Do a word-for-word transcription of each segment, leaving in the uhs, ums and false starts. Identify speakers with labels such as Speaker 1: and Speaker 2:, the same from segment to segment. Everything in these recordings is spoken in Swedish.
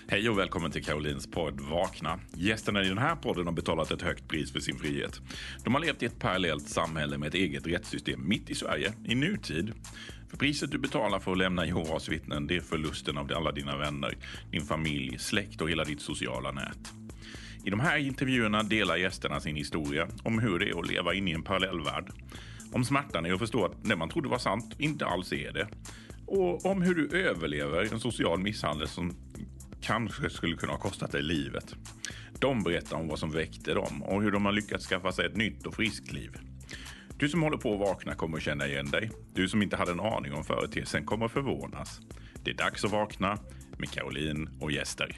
Speaker 1: Hej och välkommen till Karolins podd Vakna. Gästerna i den här podden har betalat ett högt pris för sin frihet. De har levt i ett parallellt samhälle med ett eget rättssystem mitt i Sverige, i nutid. För priset du betalar för att lämna Jehovas vittnen, det är förlusten av alla dina vänner, din familj, släkt och hela ditt sociala nät. I de här intervjuerna delar gästerna sin historia om hur det är att leva in i en parallellvärld. Om smärtan är att förstå att det man trodde var sant inte alls är det. Och om hur du överlever en social misshandel som kanske skulle kunna ha kostat dig livet. De berättar om vad som väckte dem och hur de har lyckats skaffa sig ett nytt och friskt liv. Du som håller på att vakna kommer att känna igen dig. Du som inte hade en aning om företeelsen kommer att förvånas. Det är dags att vakna med Karolin och gäster.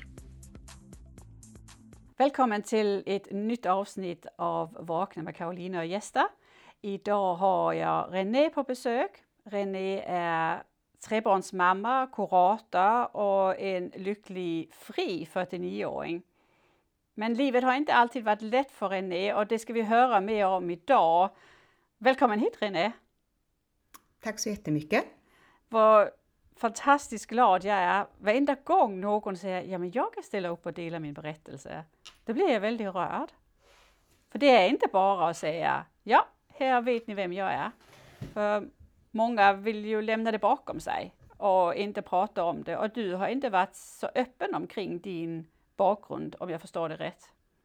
Speaker 2: Välkommen till ett nytt avsnitt av Vakna med Karolina och gäster. Idag har jag René på besök. René är trebarnsmamma, kurator och en lycklig fri fyrtionio-åring. Men livet har inte alltid varit lätt för René och det ska vi höra mer om idag. Välkommen hit René.
Speaker 3: Tack så jättemycket.
Speaker 2: Vad fantastiskt glad jag är. Varenda gång någon säger ja men jag kan ställa upp och dela min berättelse. Då blir jag väldigt rörd. För det är inte bara att säga ja, här vet ni vem jag är. För många vill ju lämna det bakom sig och inte prata om det. Och du har inte varit så öppen omkring din bakgrund, om jag förstår det rätt.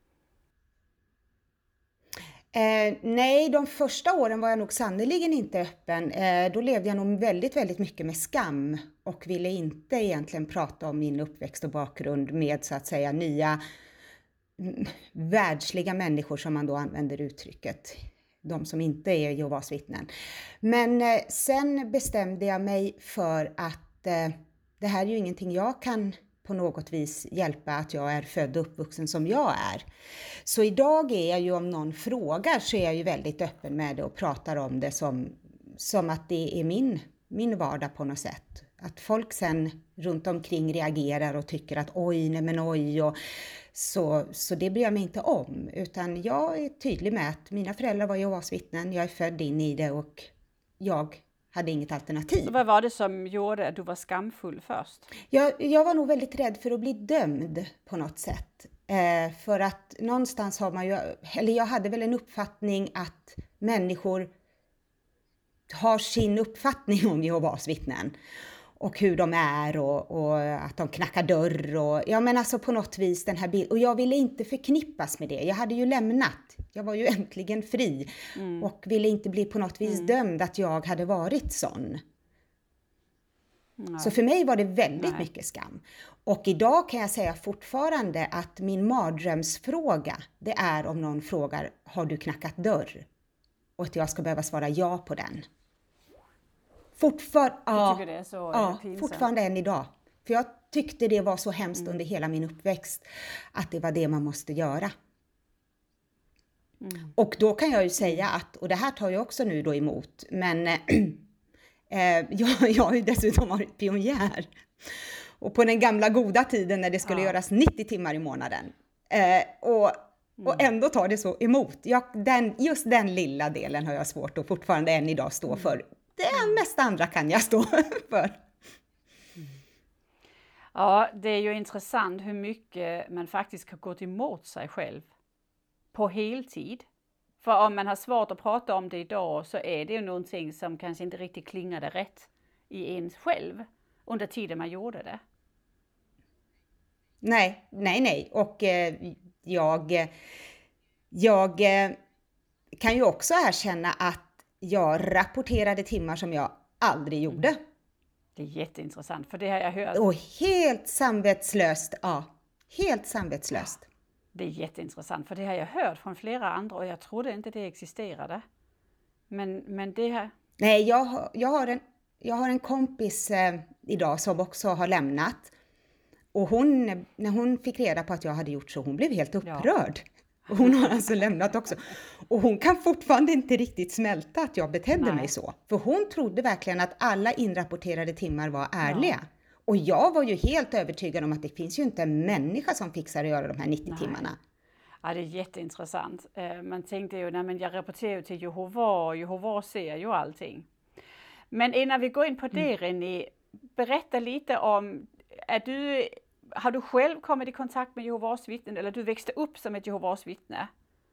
Speaker 3: Eh, nej, de första åren var jag nog sannoliken inte öppen. Eh, då levde jag nog väldigt, väldigt mycket med skam och ville inte egentligen prata om min uppväxt och bakgrund med så att säga nya mm, världsliga människor som man då använder uttrycket. De som inte är Jehovas vittnen. Men eh, sen bestämde jag mig för att eh, det här är ju ingenting jag kan på något vis hjälpa, att jag är född och uppvuxen som jag är. Så idag är jag ju, om någon frågar så är jag ju väldigt öppen med det och pratar om det som, som att det är min, min vardag på något sätt. Att folk sen runt omkring reagerar och tycker att oj, nej men oj. Och så, så det bryr jag mig inte om. Utan jag är tydlig med att mina föräldrar var Jehovas vittnen. Jag är född in i det och jag hade inget alternativ.
Speaker 2: Så vad var det som gjorde att du var skamfull först?
Speaker 3: Jag, jag var nog väldigt rädd för att bli dömd på något sätt. Eh, för att någonstans har man ju, eller jag hade väl en uppfattning att människor har sin uppfattning om Jehovas vittnen. Och hur de är och, och att de knackar dörr. Och, ja men alltså på något vis den här bilden. Och jag ville inte förknippas med det. Jag hade ju lämnat. Jag var ju äntligen fri. Mm. Och ville inte bli på något vis mm. dömd att jag hade varit sån. Nej. Så för mig var det väldigt Nej. mycket skam. Och idag kan jag säga fortfarande att min mardrömsfråga, det är om någon frågar, har du knackat dörr? Och att jag ska behöva svara ja på den. Fortfar- ja,
Speaker 2: det är så
Speaker 3: ja, fortfarande än idag. För jag tyckte det var så hemskt mm. under hela min uppväxt. Att det var det man måste göra. Mm. Och då kan jag ju säga att, och det här tar jag också nu då emot. Men eh, jag, jag har ju dessutom varit pionjär. Och på den gamla goda tiden när det skulle ja. göras nittio timmar i månaden. Eh, och, mm. och ändå tar det så emot. Jag, den, just den lilla delen har jag svårt att fortfarande än idag stå mm. för. Det mesta andra kan jag stå för.
Speaker 2: Ja, det är ju intressant hur mycket man faktiskt har gått emot sig själv på heltid. För om man har svårt att prata om det idag så är det ju någonting som kanske inte riktigt klingade rätt i ens själv under tiden man gjorde det.
Speaker 3: Nej, nej, nej. Och eh, jag, jag eh, kan ju också erkänna att jag rapporterade timmar som jag aldrig gjorde. Mm.
Speaker 2: Det är jätteintressant, för det har jag hört.
Speaker 3: Och helt samvetslöst, ja. Helt samvetslöst. Ja,
Speaker 2: det är jätteintressant, för det har jag hört från flera andra och jag trodde inte det existerade. Men, men det här...
Speaker 3: Nej, jag, jag, har, en, jag har en kompis eh, idag som också har lämnat. Och hon, när hon fick reda på att jag hade gjort så, hon blev helt upprörd. Ja. Och hon har alltså lämnat också. Och hon kan fortfarande inte riktigt smälta att jag betedde Nej. mig så. För hon trodde verkligen att alla inrapporterade timmar var ärliga. Ja. Och jag var ju helt övertygad om att det finns ju inte en människa som fixar att göra de här nittio Nej. timmarna.
Speaker 2: Ja, det är jätteintressant. Man tänkte ju, nej men jag rapporterar ju till Jehova och Jehova ser ju allting. Men innan vi går in på det, mm. René, berätta lite om, är du har du själv kommit i kontakt med Jehovas vittnen eller du växte upp som ett Jehovas vittne?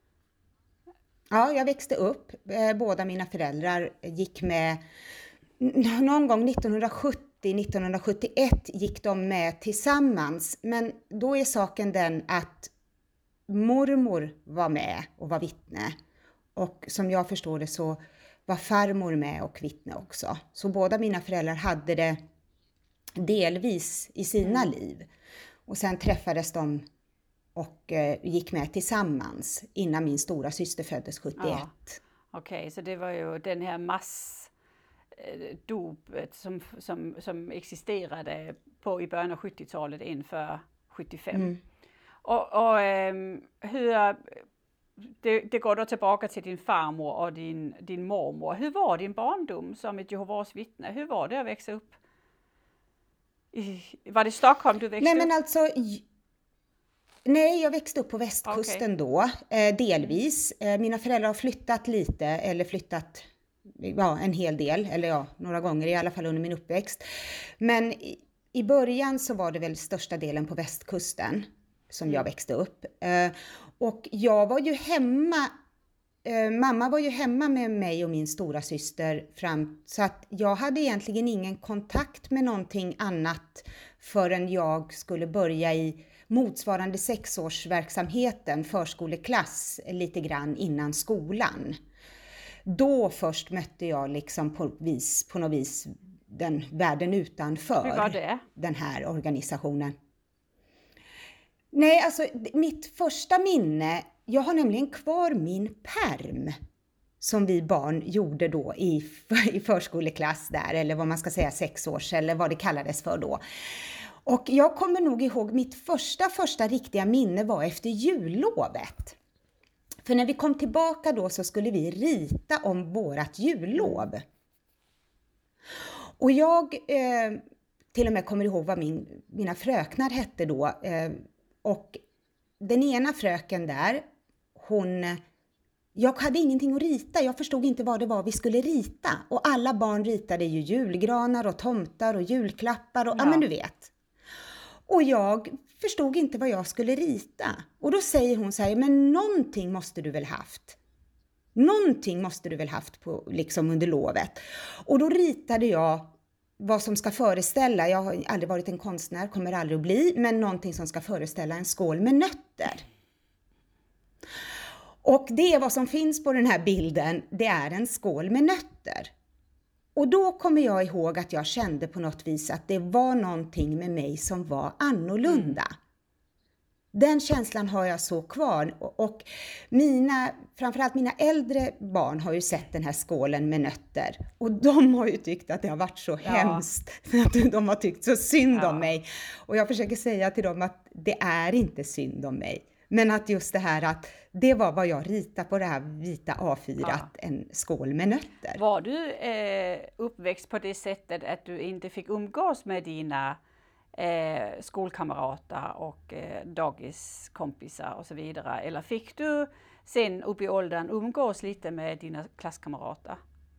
Speaker 3: Ja, jag växte upp. Båda mina föräldrar gick med, någon gång nittonhundrasjuttio nittonhundrasjuttioett gick de med tillsammans. Men då är saken den att mormor var med och var vittne. Och som jag förstår det så var farmor med och vittne också. Så båda mina föräldrar hade det delvis i sina mm. liv. Och sen träffades de och eh, gick med tillsammans innan min stora syster föddes sjuttioett. Ja.
Speaker 2: Okej, okay, så det var ju den här massdopet som, som, som existerade på i början av sjuttiotalet inför sjuttiofem. Mm. Och, och um, hur, det, det går då tillbaka till din farmor och din, din mormor. Hur var din barndom som ett Jehovas vittne? Hur var det att växa upp? I, var det Stockholm du växte upp?
Speaker 3: Nej men alltså, nej jag växte upp på västkusten okay. då, eh, delvis. Eh, mina föräldrar har flyttat lite, eller flyttat ja, en hel del, eller ja, några gånger i alla fall under min uppväxt. Men i, i början så var det väl största delen på västkusten som mm. jag växte upp. Eh, och jag var ju hemma, eh, mamma var ju hemma med mig och min stora syster fram, så att jag hade egentligen ingen kontakt med någonting annat förrän jag skulle börja i motsvarande sexårsverksamheten, förskoleklass, lite grann innan skolan. Då först mötte jag liksom på, vis, på något vis den världen utanför.
Speaker 2: Hur var det?
Speaker 3: Den här organisationen. Nej, alltså mitt första minne, jag har nämligen kvar min perm som vi barn gjorde då i, i förskoleklass där, eller vad man ska säga sexårs, eller vad det kallades för då. Och jag kommer nog ihåg mitt första, första riktiga minne var efter jullovet. För när vi kom tillbaka då så skulle vi rita om vårat jullov. Och jag eh, till och med kommer ihåg vad min, mina fröknar hette då. Eh, och den ena fröken där, hon... Jag hade ingenting att rita, jag förstod inte vad det var vi skulle rita. Och alla barn ritade ju julgranar och tomtar och julklappar och ja, ja men du vet. Och jag förstod inte vad jag skulle rita. Och då säger hon så här, men någonting måste du väl haft. Någonting måste du väl haft på, liksom under lovet. Och då ritade jag vad som ska föreställa, jag har aldrig varit en konstnär, kommer aldrig att bli, men någonting som ska föreställa en skål med nötter. Och det är vad som finns på den här bilden, det är en skål med nötter. Och då kommer jag ihåg att jag kände på något vis att det var någonting med mig som var annorlunda. Mm. Den känslan har jag så kvar. Och mina, framförallt mina äldre barn har ju sett den här skålen med nötter. Och de har ju tyckt att det har varit så ja. hemskt. Att de har tyckt så synd ja. om mig. Och jag försöker säga till dem att det är inte synd om mig. Men att just det här att det var vad jag ritade på det här vita A fyra, ja. en skål med nötter.
Speaker 2: Var du eh, uppväxt på det sättet att du inte fick umgås med dina eh, skolkamrater och eh, dagiskompisar och så vidare? Eller fick du sen upp i åldern umgås lite med dina klasskamrater?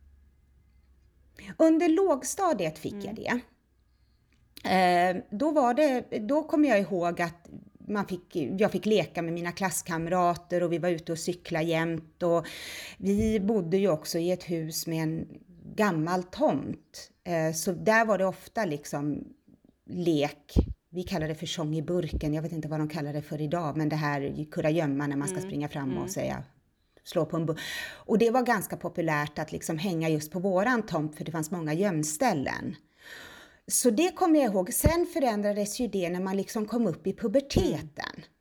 Speaker 3: Under lågstadiet fick mm. jag det. Eh, då var det, då kommer jag ihåg att Man fick, jag fick leka med mina klasskamrater och vi var ute och cykla jämt. Och vi bodde ju också i ett hus med en gammal tomt. Så där var det ofta liksom lek. Vi kallar det för sång i burken. Jag vet inte vad de kallar det för idag. Men det här kurragömma när man ska springa fram och mm. säga slå på en burk. Och det var ganska populärt att liksom hänga just på våran tomt för det fanns många gömställen. Så det kommer jag ihåg. Sen förändrades ju det när man liksom kom upp i puberteten. Mm.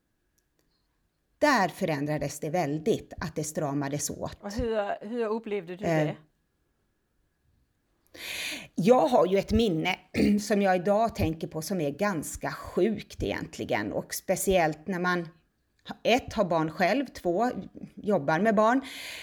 Speaker 3: Där förändrades det väldigt, att det stramades åt.
Speaker 2: Och hur, hur upplevde du det?
Speaker 3: Jag har ju ett minne som jag idag tänker på som är ganska sjukt egentligen. Och speciellt när man ett har barn själv, två jobbar med barn.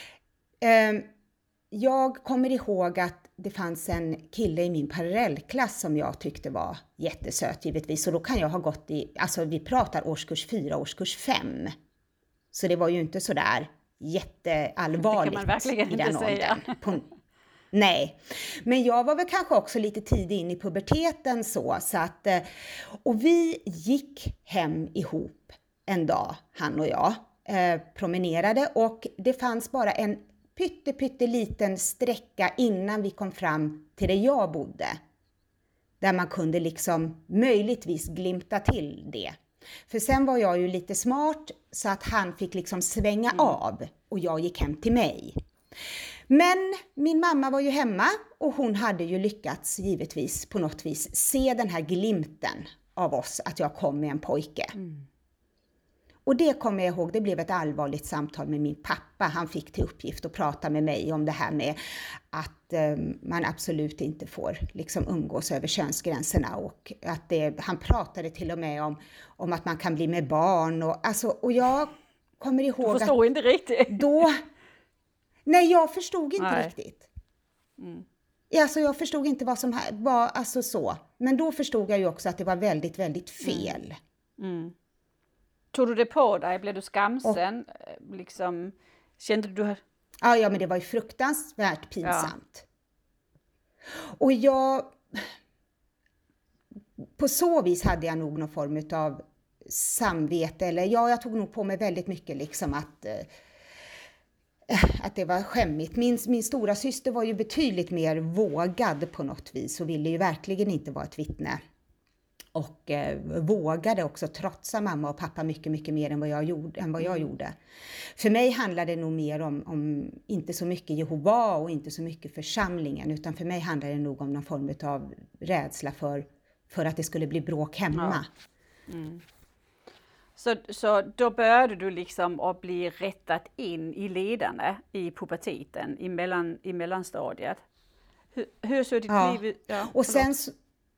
Speaker 3: Jag kommer ihåg att det fanns en kille i min parallellklass som jag tyckte var jättesöt givetvis. Och då kan jag ha gått i, alltså vi pratar årskurs fyra, årskurs fem. Så det var ju inte så där jätteallvarligt
Speaker 2: det kan man verkligen
Speaker 3: i den
Speaker 2: inte säga.
Speaker 3: På, Nej, men jag var väl kanske också lite tidig in i puberteten så, så att, och vi gick hem ihop en dag, han och jag, eh, promenerade och det fanns bara en pytte, pytte liten sträcka innan vi kom fram till där jag bodde. Där man kunde liksom möjligtvis glimta till det. För sen var jag ju lite smart så att han fick liksom svänga mm. av och jag gick hem till mig. Men min mamma var ju hemma och hon hade ju lyckats givetvis på något vis se den här glimten av oss att jag kom med en pojke. Mm. Och det kommer jag ihåg, det blev ett allvarligt samtal med min pappa. Han fick till uppgift att prata med mig om det här med att eh, man absolut inte får liksom umgås över könsgränserna. Och att det, han pratade till och med om, om att man kan bli med barn. Och, alltså, och jag kommer ihåg
Speaker 2: du förstår
Speaker 3: att
Speaker 2: inte riktigt.
Speaker 3: Då, nej, jag förstod inte
Speaker 2: nej.
Speaker 3: riktigt.
Speaker 2: Mm.
Speaker 3: Alltså, jag förstod inte vad som var, alltså så. Men då förstod jag ju också att det var väldigt, väldigt fel.
Speaker 2: Mm. Mm. Tog du det på dig? Blev du skamsen? Och, liksom, kände du...
Speaker 3: Ja, ja, men det var ju fruktansvärt pinsamt. Ja. Och jag... På så vis hade jag nog någon form av samvete. Eller ja, jag tog nog på mig väldigt mycket liksom att... Eh, att det var skämmigt. Min, min stora syster var ju betydligt mer vågad på något vis. Och ville ju verkligen inte vara ett vittne. Och eh, vågade också trotsa mamma och pappa mycket, mycket mer än vad jag gjorde. Än vad jag gjorde. För mig handlade det nog mer om, om inte så mycket Jehova och inte så mycket församlingen. Utan för mig handlade det nog om någon form av rädsla för, för att det skulle bli bråk hemma.
Speaker 2: Ja. Mm. Så, så då började du liksom att bli rättat in i ledande i puberteten, i, mellan, i mellanstadiet. Hur, hur såg ditt
Speaker 3: ja.
Speaker 2: liv ut? Ja,
Speaker 3: och sen så,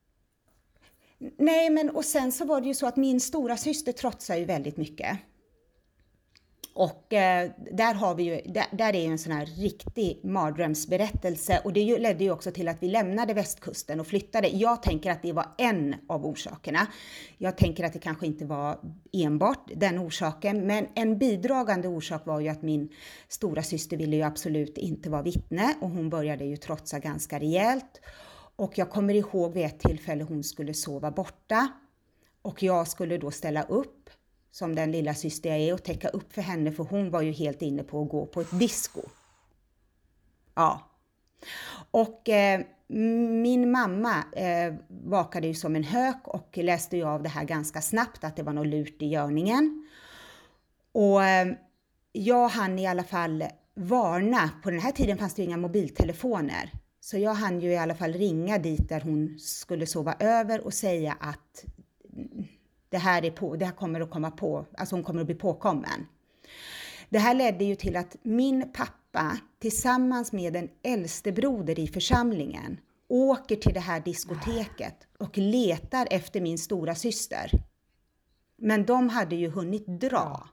Speaker 3: Nej, men och sen så var det ju så att min stora syster trotsar ju väldigt mycket. Och eh, där har vi ju, där, där är ju en sån här riktig mardrömsberättelse. Och det ju, ledde ju också till att vi lämnade västkusten och flyttade. Jag tänker att det var en av orsakerna. Jag tänker att det kanske inte var enbart den orsaken. Men en bidragande orsak var ju att min stora syster ville ju absolut inte vara vittne. Och hon började ju trotsa ganska rejält. Och jag kommer ihåg vid ett tillfälle hon skulle sova borta. Och jag skulle då ställa upp som den lilla syster jag är och täcka upp för henne. För hon var ju helt inne på att gå på ett disco. Ja. Och eh, min mamma eh, vakade ju som en hök och läste ju av det här ganska snabbt. Att det var något lurt i görningen. Och eh, jag hann i alla fall varna. På den här tiden fanns det ju inga mobiltelefoner. Så jag hann ju i alla fall ringa dit där hon skulle sova över och säga att det här, är på, det här kommer att komma på, alltså hon kommer att bli påkommen. Det här ledde ju till att min pappa tillsammans med en äldste broder i församlingen åker till det här diskoteket och letar efter min stora syster. Men de hade ju hunnit dra.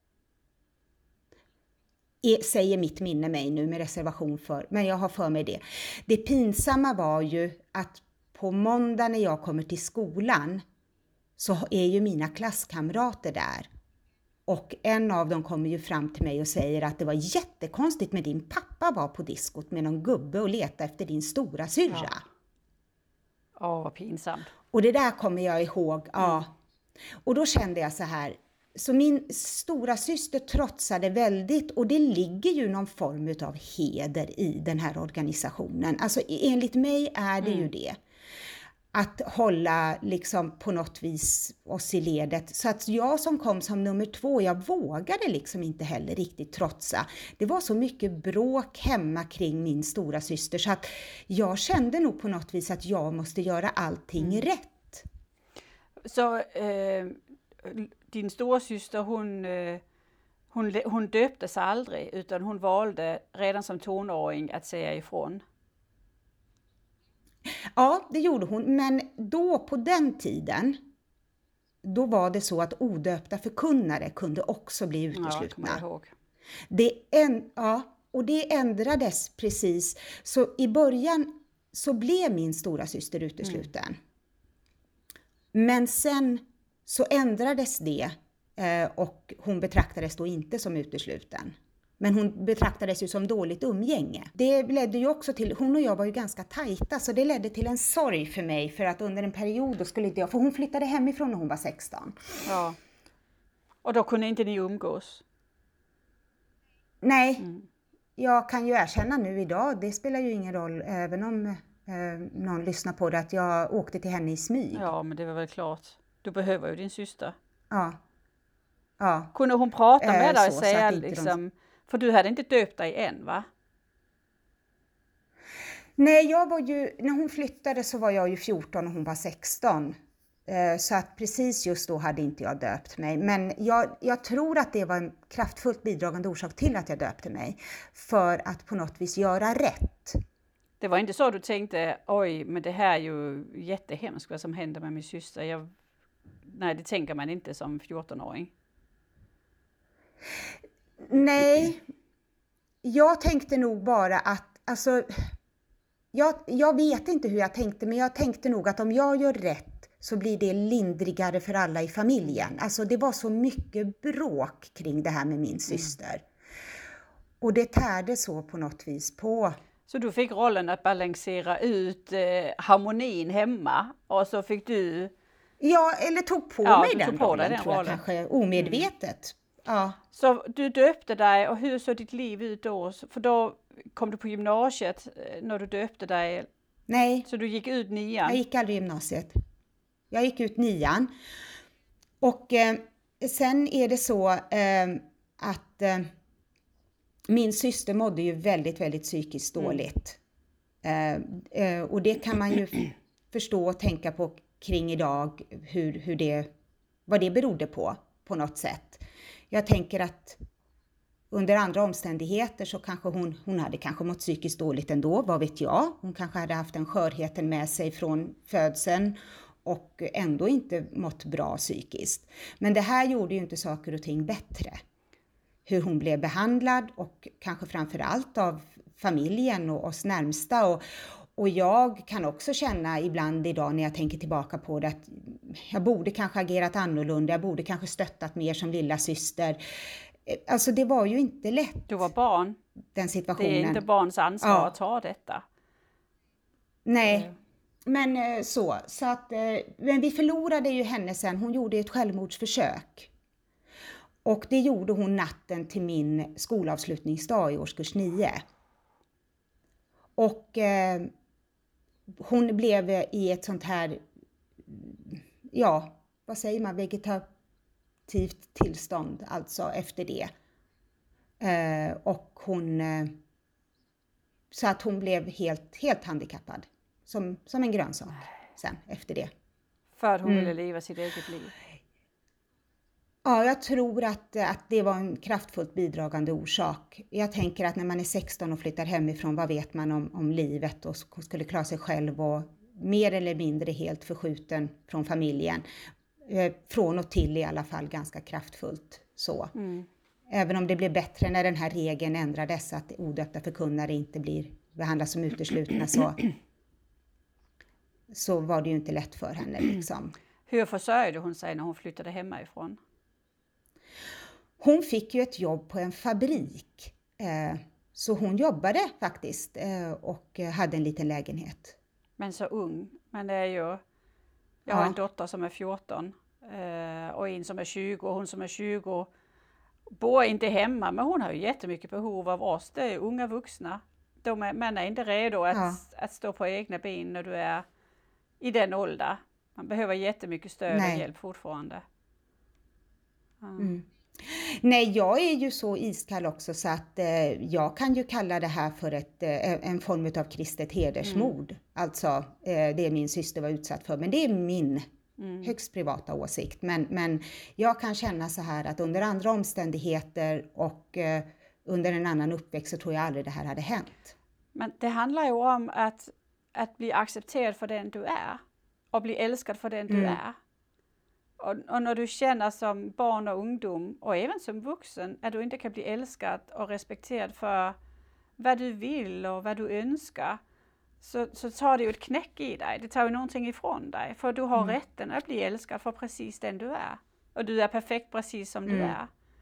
Speaker 3: Säger mitt minne mig nu med reservation för, men jag har för mig det. Det pinsamma var ju att på måndag när jag kommer till skolan så är ju mina klasskamrater där. Och en av dem kommer ju fram till mig och säger att det var jättekonstigt med din pappa var på diskot med någon gubbe och leta efter din stora syrra.
Speaker 2: Ja. Åh, vad pinsamt.
Speaker 3: Och det där kommer jag ihåg, ja. Och då kände jag så här. Så min stora syster trotsade väldigt och det ligger ju någon form av heder i den här organisationen. Alltså enligt mig är det mm. ju det. Att hålla liksom på något vis oss i ledet. Så att jag som kom som nummer två, jag vågade liksom inte heller riktigt trotsa. Det var så mycket bråk hemma kring min stora syster så att jag kände nog på något vis att jag måste göra allting mm. rätt.
Speaker 2: Så... Eh... Din stora syster hon, hon, hon döptes aldrig utan hon valde redan som tonåring att säga ifrån.
Speaker 3: Ja, det gjorde hon. Men då på den tiden, då var det så att odöpta förkunnare kunde också bli uteslutna.
Speaker 2: Ja, jag ihåg.
Speaker 3: Det en, ja, och det ändrades precis. Så i början så blev min stora syster utesluten. Mm. Men sen så ändrades det eh, och hon betraktades då inte som utesluten. Men hon betraktades ju som dåligt umgänge. Det ledde ju också till, hon och jag var ju ganska tajta, så det ledde till en sorg för mig. För att under en period då skulle inte jag, för hon flyttade hemifrån när hon var sexton.
Speaker 2: Ja. Och då kunde inte ni umgås?
Speaker 3: Nej,
Speaker 2: Mm.
Speaker 3: jag kan ju erkänna nu idag, det spelar ju ingen roll, även om eh, någon lyssnar på det, att jag åkte till henne i smyg.
Speaker 2: Ja, men det var väl klart. Du behöver ju din syster.
Speaker 3: Ja. Ja.
Speaker 2: Kunde hon prata med
Speaker 3: Eh,
Speaker 2: dig och
Speaker 3: så,
Speaker 2: säga
Speaker 3: så att inte de-
Speaker 2: liksom, för du hade inte döpt dig än, va?
Speaker 3: Nej, jag var ju, när hon flyttade så var jag ju fjorton och hon var sexton. Eh, Så att precis just då hade inte jag döpt mig. Men jag, jag tror att det var en kraftfullt bidragande orsak till att jag döpte mig. För att på något vis göra rätt.
Speaker 2: Det var inte så du tänkte, oj, men det här är ju jättehemskt vad som händer med min syster. Jag... Nej, det tänker man inte som fjortonåring.
Speaker 3: Nej, jag tänkte nog bara att, alltså, jag, jag vet inte hur jag tänkte, men jag tänkte nog att om jag gör rätt så blir det lindrigare för alla i familjen. Alltså det var så mycket bråk kring det här med min syster. Och det tärde så på något vis på.
Speaker 2: Så du fick rollen att balansera ut eh, harmonin hemma och så fick du...
Speaker 3: Ja, eller tog på
Speaker 2: Ja,
Speaker 3: mig
Speaker 2: du
Speaker 3: den
Speaker 2: tog på dig
Speaker 3: rollen,
Speaker 2: den
Speaker 3: tror jag,
Speaker 2: rollen.
Speaker 3: kanske omedvetet. Ja.
Speaker 2: Så du döpte dig och hur såg ditt liv ut då? För då kom du på gymnasiet eh, när du döpte dig.
Speaker 3: Nej,
Speaker 2: Så du gick ut nian.
Speaker 3: jag gick aldrig gymnasiet. Jag gick ut nian. Och eh, sen är det så eh, att eh, min syster mådde ju väldigt, väldigt psykiskt dåligt. Eh, eh, och det kan man ju förstå och tänka på kring idag, hur, hur det, vad det berodde på, på något sätt. Jag tänker att under andra omständigheter så kanske hon, hon hade kanske mått psykiskt dåligt ändå, vad vet jag. Hon kanske hade haft den skörheten med sig från födseln och ändå inte mått bra psykiskt. Men det här gjorde ju inte saker och ting bättre. Hur hon blev behandlad och kanske framförallt av familjen och oss närmsta. Och, och jag kan också känna ibland idag när jag tänker tillbaka på det att jag borde kanske agerat annorlunda, jag borde kanske stöttat mer som lilla syster. Alltså det var ju inte lätt.
Speaker 2: Du var barn.
Speaker 3: Den situationen.
Speaker 2: Det är inte barns ansvar
Speaker 3: Ja.
Speaker 2: att ta detta.
Speaker 3: Nej,
Speaker 2: Mm.
Speaker 3: men så. så att, men vi förlorade ju henne sen. Hon gjorde ett självmordsförsök. Och det gjorde hon natten till min skolavslutningsdag i årskurs nio. Och eh, hon blev i ett sånt här, ja, vad säger man, vegetativt tillstånd alltså efter det. Eh, och hon, eh, så att hon blev helt, helt handikappad. Som, som en grönsak sen efter det.
Speaker 2: För att hon
Speaker 3: Mm.
Speaker 2: ville leva sitt eget liv.
Speaker 3: Ja, jag tror att, att det var en kraftfullt bidragande orsak. Jag tänker att när man är sexton och flyttar hemifrån, vad vet man om, om livet och skulle klara sig själv och mer eller mindre helt förskjuten från familjen. Eh, från och till i alla fall ganska kraftfullt så.
Speaker 2: Mm.
Speaker 3: Även om det blev bättre när den här regeln ändrades att odöpta förkunnare inte blir behandlas som uteslutna så, så var det ju inte lätt för henne liksom.
Speaker 2: Hur försörjde hon sig när hon flyttade hemifrån?
Speaker 3: Hon fick ju ett jobb på en fabrik. Eh, så hon jobbade faktiskt eh, och hade en liten lägenhet.
Speaker 2: Men så ung. Men det är ju... Jag
Speaker 3: Ja.
Speaker 2: har en dotter som är fjorton. Eh, och en som är tjugo. Och hon som är tjugo bor inte hemma. Men hon har ju jättemycket behov av oss. Det är unga vuxna. De är, män är inte redo att,
Speaker 3: Ja.
Speaker 2: att stå på egna ben när du är i den åldern. Man behöver jättemycket stöd
Speaker 3: Nej.
Speaker 2: och hjälp fortfarande. Ja.
Speaker 3: Mm. Nej, jag är ju så iskall också så att eh, jag kan ju kalla det här för ett, eh, en form av kristet hedersmord.
Speaker 2: Mm.
Speaker 3: Alltså eh, det min syster var utsatt för. Men det är min
Speaker 2: Mm.
Speaker 3: högst privata åsikt. Men, men jag kan känna så här att under andra omständigheter och eh, under en annan uppväxt så tror jag aldrig det här hade hänt.
Speaker 2: Men det handlar ju om att, att bli accepterad för den du är. Och bli älskad för den du
Speaker 3: Mm.
Speaker 2: är. Och, och när du känner som barn och ungdom och även som vuxen att du inte kan bli älskad och respekterad för vad du vill och vad du önskar. Så, så tar det ju ett knäck i dig. Det tar ju någonting ifrån dig. För du har
Speaker 3: Mm.
Speaker 2: rätten att bli älskad för precis den du är. Och du är perfekt precis som du
Speaker 3: Mm.
Speaker 2: är.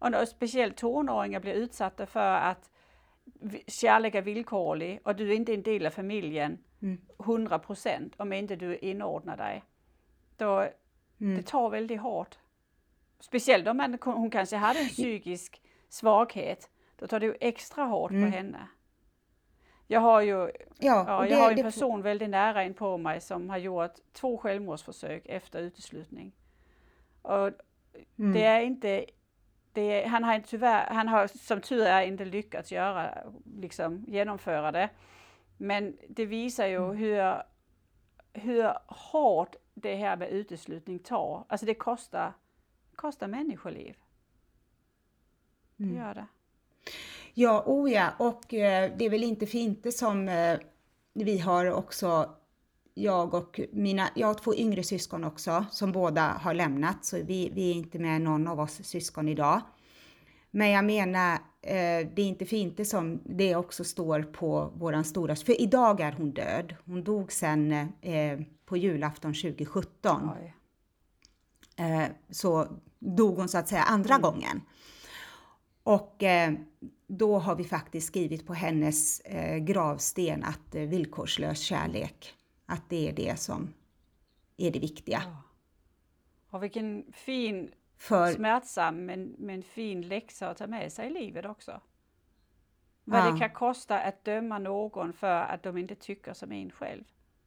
Speaker 2: Och speciellt tonåringar blir utsatta för att kärlek är villkorlig och du är inte en del av familjen hundra procent om inte du inordnar dig. Då, mm. Det tar väldigt hårt. Speciellt om man, hon kanske hade en psykisk svaghet. Då tar det ju extra hårt mm. på henne. Jag har ju, ja, ja, det, jag har en det, person det... väldigt nära in på mig som har gjort två självmordsförsök efter uteslutning. Och mm. det är inte, det är, han har inte tyvärr, han har som tur är inte lyckats göra, liksom genomföra det. Men det visar ju mm. hur, hur hårt det här med uteslutning tar. Alltså det kostar, kostar människoliv. Det mm. gör det.
Speaker 3: Ja, oh ja, och eh, det är väl inte för inte som eh, vi har också, jag och mina, jag har två yngre syskon också som båda har lämnat, så vi, vi är inte med någon av oss syskon idag. Men jag menar, eh, det är inte för inte som det också står på våran stora, för idag är hon död. Hon dog sen eh, på julafton tjugo sjutton. Eh, så dog hon så att säga andra mm. gången. Och eh, då har vi faktiskt skrivit på hennes eh, gravsten att eh, villkorslös kärlek, att det är det som är det viktiga. Ja.
Speaker 2: Och vilken fin,
Speaker 3: För,
Speaker 2: smärtsam men, men fin läxa att ta med sig i livet också. Vad ja. det kan kosta att döma någon för att de inte tycker som en själv.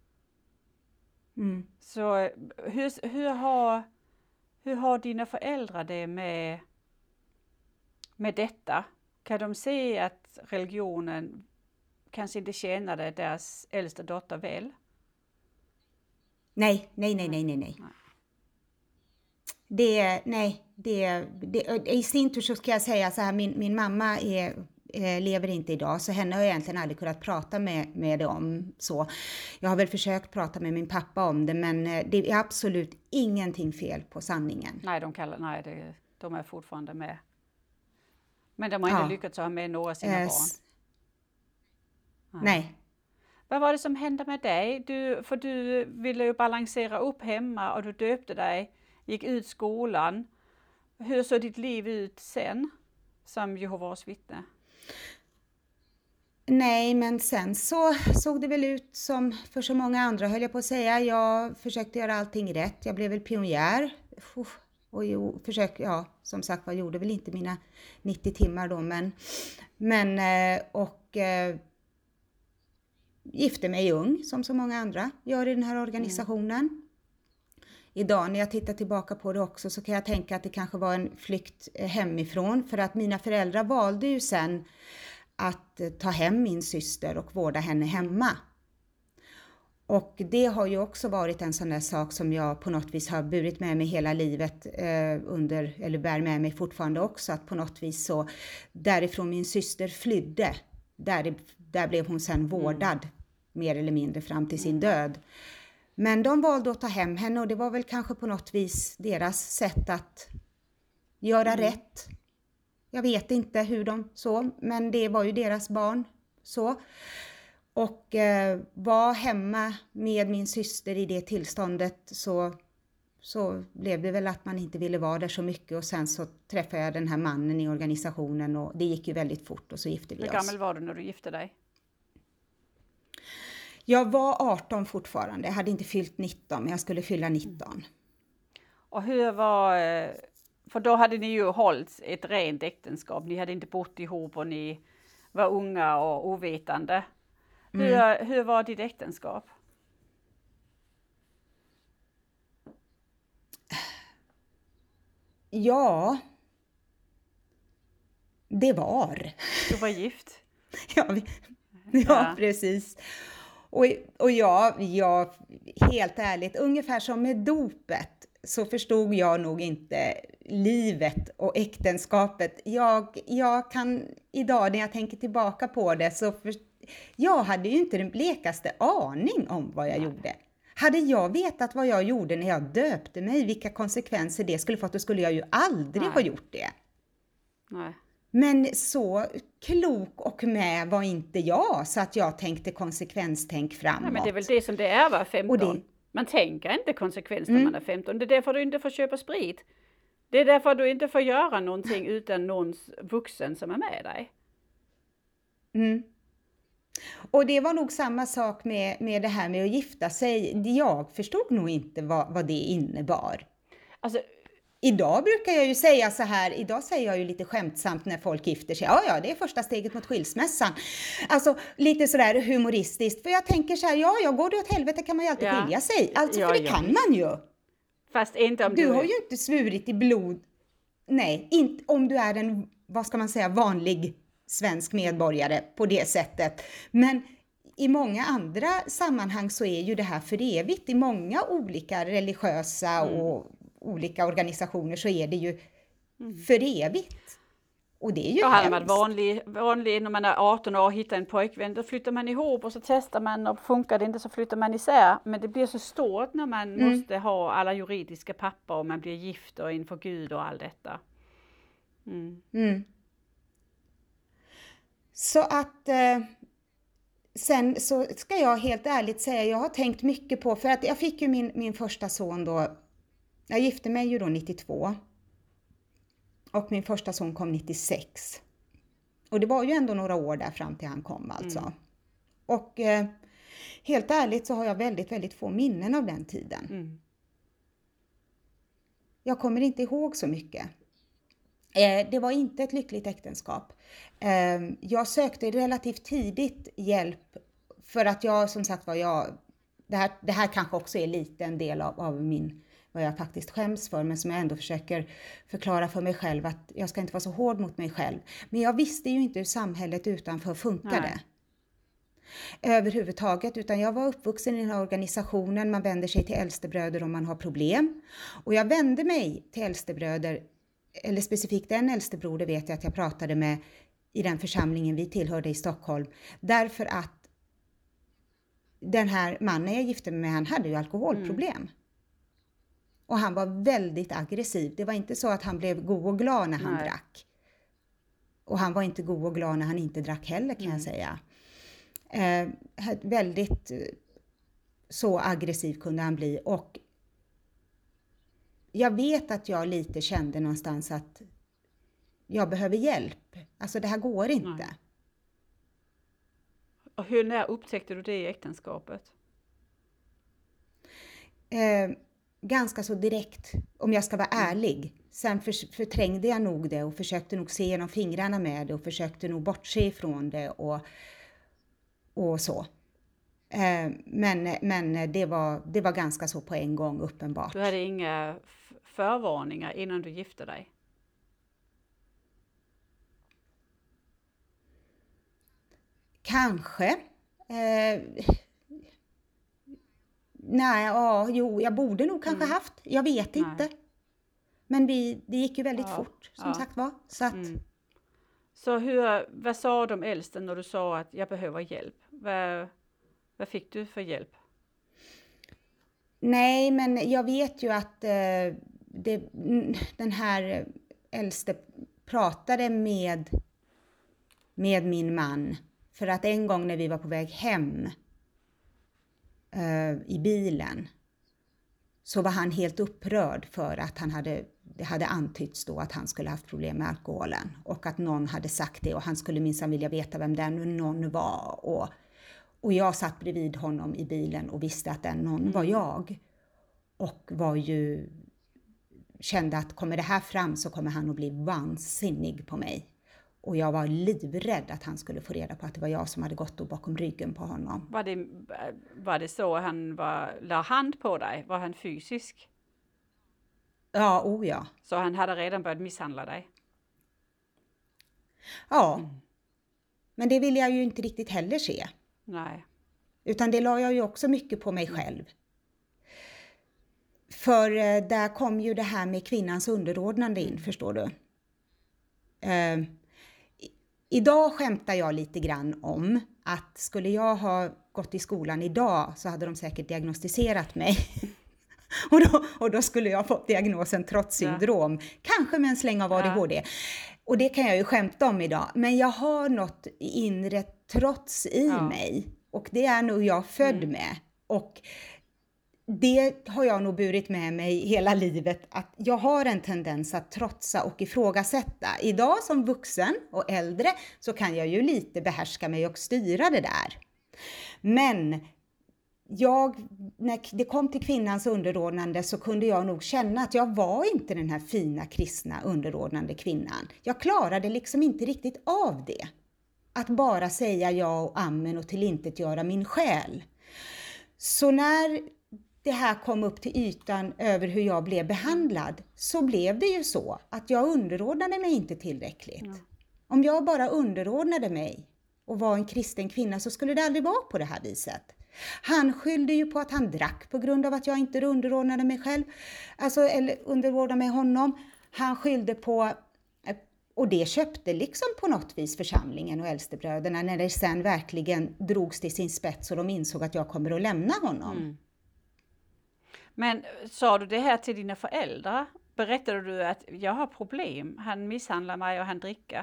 Speaker 3: Mm.
Speaker 2: Så hur, hur, har, hur har dina föräldrar det med med detta? Kan de se att religionen kanske inte tjänade deras äldsta dotter väl?
Speaker 3: Nej, nej, nej, nej, nej, nej. Det, nej, det, det, i sin tur så ska jag säga så här, min, min mamma är, eh, lever inte idag, så henne har jag egentligen aldrig kunnat prata med, med det om så. Jag har väl försökt prata med min pappa om det, men det är absolut ingenting fel på sanningen.
Speaker 2: Nej, de kallar, nej, det, de är fortfarande med. Men de har inte ja. lyckats ha med några av sina äh, barn.
Speaker 3: Nej. nej.
Speaker 2: Vad var det som hände med dig? Du, för du ville ju balansera upp hemma och du döpte dig, gick ut skolan. Hur såg ditt liv ut sen som Jehovas vittne?
Speaker 3: Nej, men sen så såg det väl ut som för så många andra, höll jag på att säga. Jag försökte göra allting rätt. Jag blev väl pionjär. Uff. Och jo, försök, ja, som sagt, jag gjorde väl inte mina nittio timmar då, men, men och eh, gifte mig ung, som så många andra gör i den här organisationen. Mm. Idag när jag tittar tillbaka på det också så kan jag tänka att det kanske var en flykt hemifrån, för att mina föräldrar valde ju sen att ta hem min syster och vårda henne hemma. Och det har ju också varit en sån där sak som jag på något vis har burit med mig hela livet eh, under, eller bär med mig fortfarande också, att på något vis så därifrån min syster flydde, där, där blev hon sen vårdad mm. mer eller mindre fram till sin död. Men de valde att ta hem henne, och det var väl kanske på något vis deras sätt att göra mm. rätt. Jag vet inte hur de så, men det var ju deras barn så. Och eh, var hemma med min syster i det tillståndet, så, så blev det väl att man inte ville vara där så mycket. Och sen så träffade jag den här mannen i organisationen, och det gick ju väldigt fort, och så gifte vi oss.
Speaker 2: Hur gammal var du när du gifte dig?
Speaker 3: Jag var arton fortfarande. Jag hade inte fyllt nitton, men jag skulle fylla nitton. Mm.
Speaker 2: Och hur var... För då hade ni ju hållit ett rent äktenskap. Ni hade inte bott ihop och ni var unga och ovetande. Mm. Hur, hur var ditt äktenskap?
Speaker 3: Ja, det var.
Speaker 2: Du var gift?
Speaker 3: ja, vi, ja, ja, precis. Och, och jag, jag, helt ärligt, ungefär som med dopet så förstod jag nog inte livet och äktenskapet. Jag, jag kan idag när jag tänker tillbaka på det så för, jag hade ju inte den blekaste aning om vad jag Nej. gjorde. Hade jag vetat vad jag gjorde när jag döpte mig, vilka konsekvenser det skulle få, då skulle jag ju aldrig Nej. ha gjort det.
Speaker 2: Nej.
Speaker 3: Men så klok och med var inte jag, så att jag tänkte konsekvenstänk framåt.
Speaker 2: Nej, men det är väl det som det är, va? femton.
Speaker 3: Och det...
Speaker 2: Man tänker inte konsekvens när mm. man är femton. Det är därför du inte får köpa sprit. Det är därför du inte får göra någonting utan någons vuxen som är med dig.
Speaker 3: Mm. Och det var nog samma sak med, med det här med att gifta sig. Jag förstod nog inte vad, vad det innebar.
Speaker 2: Alltså,
Speaker 3: Idag brukar jag ju säga så här, idag säger jag ju lite skämtsamt när folk gifter sig. Ja, ja, det är första steget mot skilsmässan. Alltså lite sådär humoristiskt. För jag tänker så här, ja, jag går det åt helvete kan man ju alltid
Speaker 2: Ja.
Speaker 3: skilja sig. Alltså
Speaker 2: Ja,
Speaker 3: för det
Speaker 2: ja,
Speaker 3: kan
Speaker 2: visst.
Speaker 3: man ju.
Speaker 2: fast inte om
Speaker 3: Du
Speaker 2: du,
Speaker 3: har ju inte svurit i blod. Nej, inte om du är en, vad ska man säga, vanlig svensk medborgare på det sättet. Men i många andra sammanhang så är ju det här för evigt. I många olika religiösa
Speaker 2: Mm.
Speaker 3: och olika organisationer så är det ju för evigt. Och det är ju
Speaker 2: Då hade man
Speaker 3: hemskt.
Speaker 2: vanlig, vanlig när man är arton år och hittar en pojkvän. Då flyttar man ihop och så testar man och funkar det inte så flyttar man isär. Men det blir så stort när man
Speaker 3: Mm.
Speaker 2: måste ha alla juridiska papper och man blir gift och inför Gud och allt detta. Mm.
Speaker 3: Mm. Så att eh, sen så ska jag helt ärligt säga, jag har tänkt mycket på, för att jag fick ju min, min första son då, jag gifte mig ju då nittiotvå och min första son kom nittiosex. Och det var ju ändå några år där fram till han kom alltså.
Speaker 2: Mm.
Speaker 3: Och eh, helt ärligt så har jag väldigt, väldigt få minnen av den tiden.
Speaker 2: Mm.
Speaker 3: Jag kommer inte ihåg så mycket. Eh, det var inte ett lyckligt äktenskap. Eh, jag sökte relativt tidigt hjälp för att jag, som sagt var, jag, det här, det här kanske också är lite en del av, av min, vad jag faktiskt skäms för, men som jag ändå försöker förklara för mig själv att jag ska inte vara så hård mot mig själv. Men jag visste ju inte hur samhället utanför funkade.
Speaker 2: Nej.
Speaker 3: Överhuvudtaget, utan jag var uppvuxen i den här organisationen, man vänder sig till äldstebröder om man har problem. Och jag vände mig till äldstebröder, eller specifikt en äldstebroder vet jag att jag pratade med i den församlingen vi tillhörde i Stockholm. Därför att den här mannen jag gifte mig med, han hade ju alkoholproblem. Mm. Och han var väldigt aggressiv. Det var inte så att han blev god och glad när han
Speaker 2: Nej.
Speaker 3: drack. Och han var inte god och glad när han inte drack heller kan
Speaker 2: Mm.
Speaker 3: jag säga. Eh, väldigt eh, så aggressiv kunde han bli. Och jag vet att jag lite kände någonstans att jag behöver hjälp. Alltså det här går inte.
Speaker 2: Nej. Och hur när upptäckte du det i äktenskapet?
Speaker 3: Eh, ganska så direkt, om jag ska vara ärlig. Sen för, förträngde jag nog det och försökte nog se genom fingrarna med det och försökte nog bortse ifrån det och, och så. Eh, men men det, var, det var ganska så på en gång uppenbart.
Speaker 2: Du hade inga f- förvarningar innan du gifte dig?
Speaker 3: Kanske. Eh, nej, ja, jo, jag borde nog kanske
Speaker 2: Mm.
Speaker 3: haft. Jag vet
Speaker 2: Nej.
Speaker 3: inte. Men vi, det gick ju väldigt
Speaker 2: Ja,
Speaker 3: fort, som
Speaker 2: ja.
Speaker 3: sagt var. Så att,
Speaker 2: Mm. Så hur, vad sa de äldste när du sa att jag behöver hjälp? Vad, vad fick du för hjälp?
Speaker 3: nej, men jag vet ju att eh, det, den här äldste pratade med, med min man. För att en gång när vi var på väg hem eh, i bilen så var han helt upprörd för att han hade, det hade antytts då att han skulle haft problem med alkoholen. Och att någon hade sagt det och han skulle minsann vilja veta vem den någon var. Och, och jag satt bredvid honom i bilen och visste att den någon var jag. Och var ju, kände att kommer det här fram så kommer han att bli vansinnig på mig. Och jag var livrädd att han skulle få reda på att det var jag som hade gått då bakom ryggen på honom.
Speaker 2: Var det, var det så han var, la hand på dig? Var han fysisk?
Speaker 3: Ja, oh ja.
Speaker 2: Så han hade redan börjat misshandla dig?
Speaker 3: Ja.
Speaker 2: Mm.
Speaker 3: Men det ville jag ju inte riktigt heller se.
Speaker 2: Nej.
Speaker 3: Utan det la jag ju också mycket på mig själv. För eh, där kom ju det här med kvinnans underordnande in, förstår du. Eh, i- idag skämtar jag lite grann om att skulle jag ha gått i skolan idag så hade de säkert diagnostiserat mig. och, då, och då skulle jag fått diagnosen trotssyndrom. Kanske med en släng av A D H D. Och det kan jag ju skämta om idag. Men jag har något inre trots i
Speaker 2: Ja.
Speaker 3: mig. Och det är nog jag född
Speaker 2: Mm.
Speaker 3: med. Och det har jag nog burit med mig hela livet, att jag har en tendens att trotsa och ifrågasätta. Idag som vuxen och äldre så kan jag ju lite behärska mig och styra det där. Men jag, när det kom till kvinnans underordnande så kunde jag nog känna att jag var inte den här fina kristna underordnande kvinnan. Jag klarade liksom inte riktigt av det. Att bara säga ja och amen och tillintetgöra min själ. Så när det här kom upp till ytan över hur jag blev behandlad, så blev det ju så att jag underordnade mig inte tillräckligt. Mm. Om jag bara underordnade mig och var en kristen kvinna så skulle det aldrig vara på det här viset. Han skyllde ju på att han drack på grund av att jag inte underordnade mig själv, alltså eller underordnade mig honom. Han skyllde på, och det köpte liksom på något vis församlingen och äldstebröderna när det sen verkligen drogs till sin spets och de insåg att jag kommer att lämna honom. Mm.
Speaker 2: Men sa du det här till dina föräldrar? Berättade du att jag har problem, han misshandlar mig och han dricker?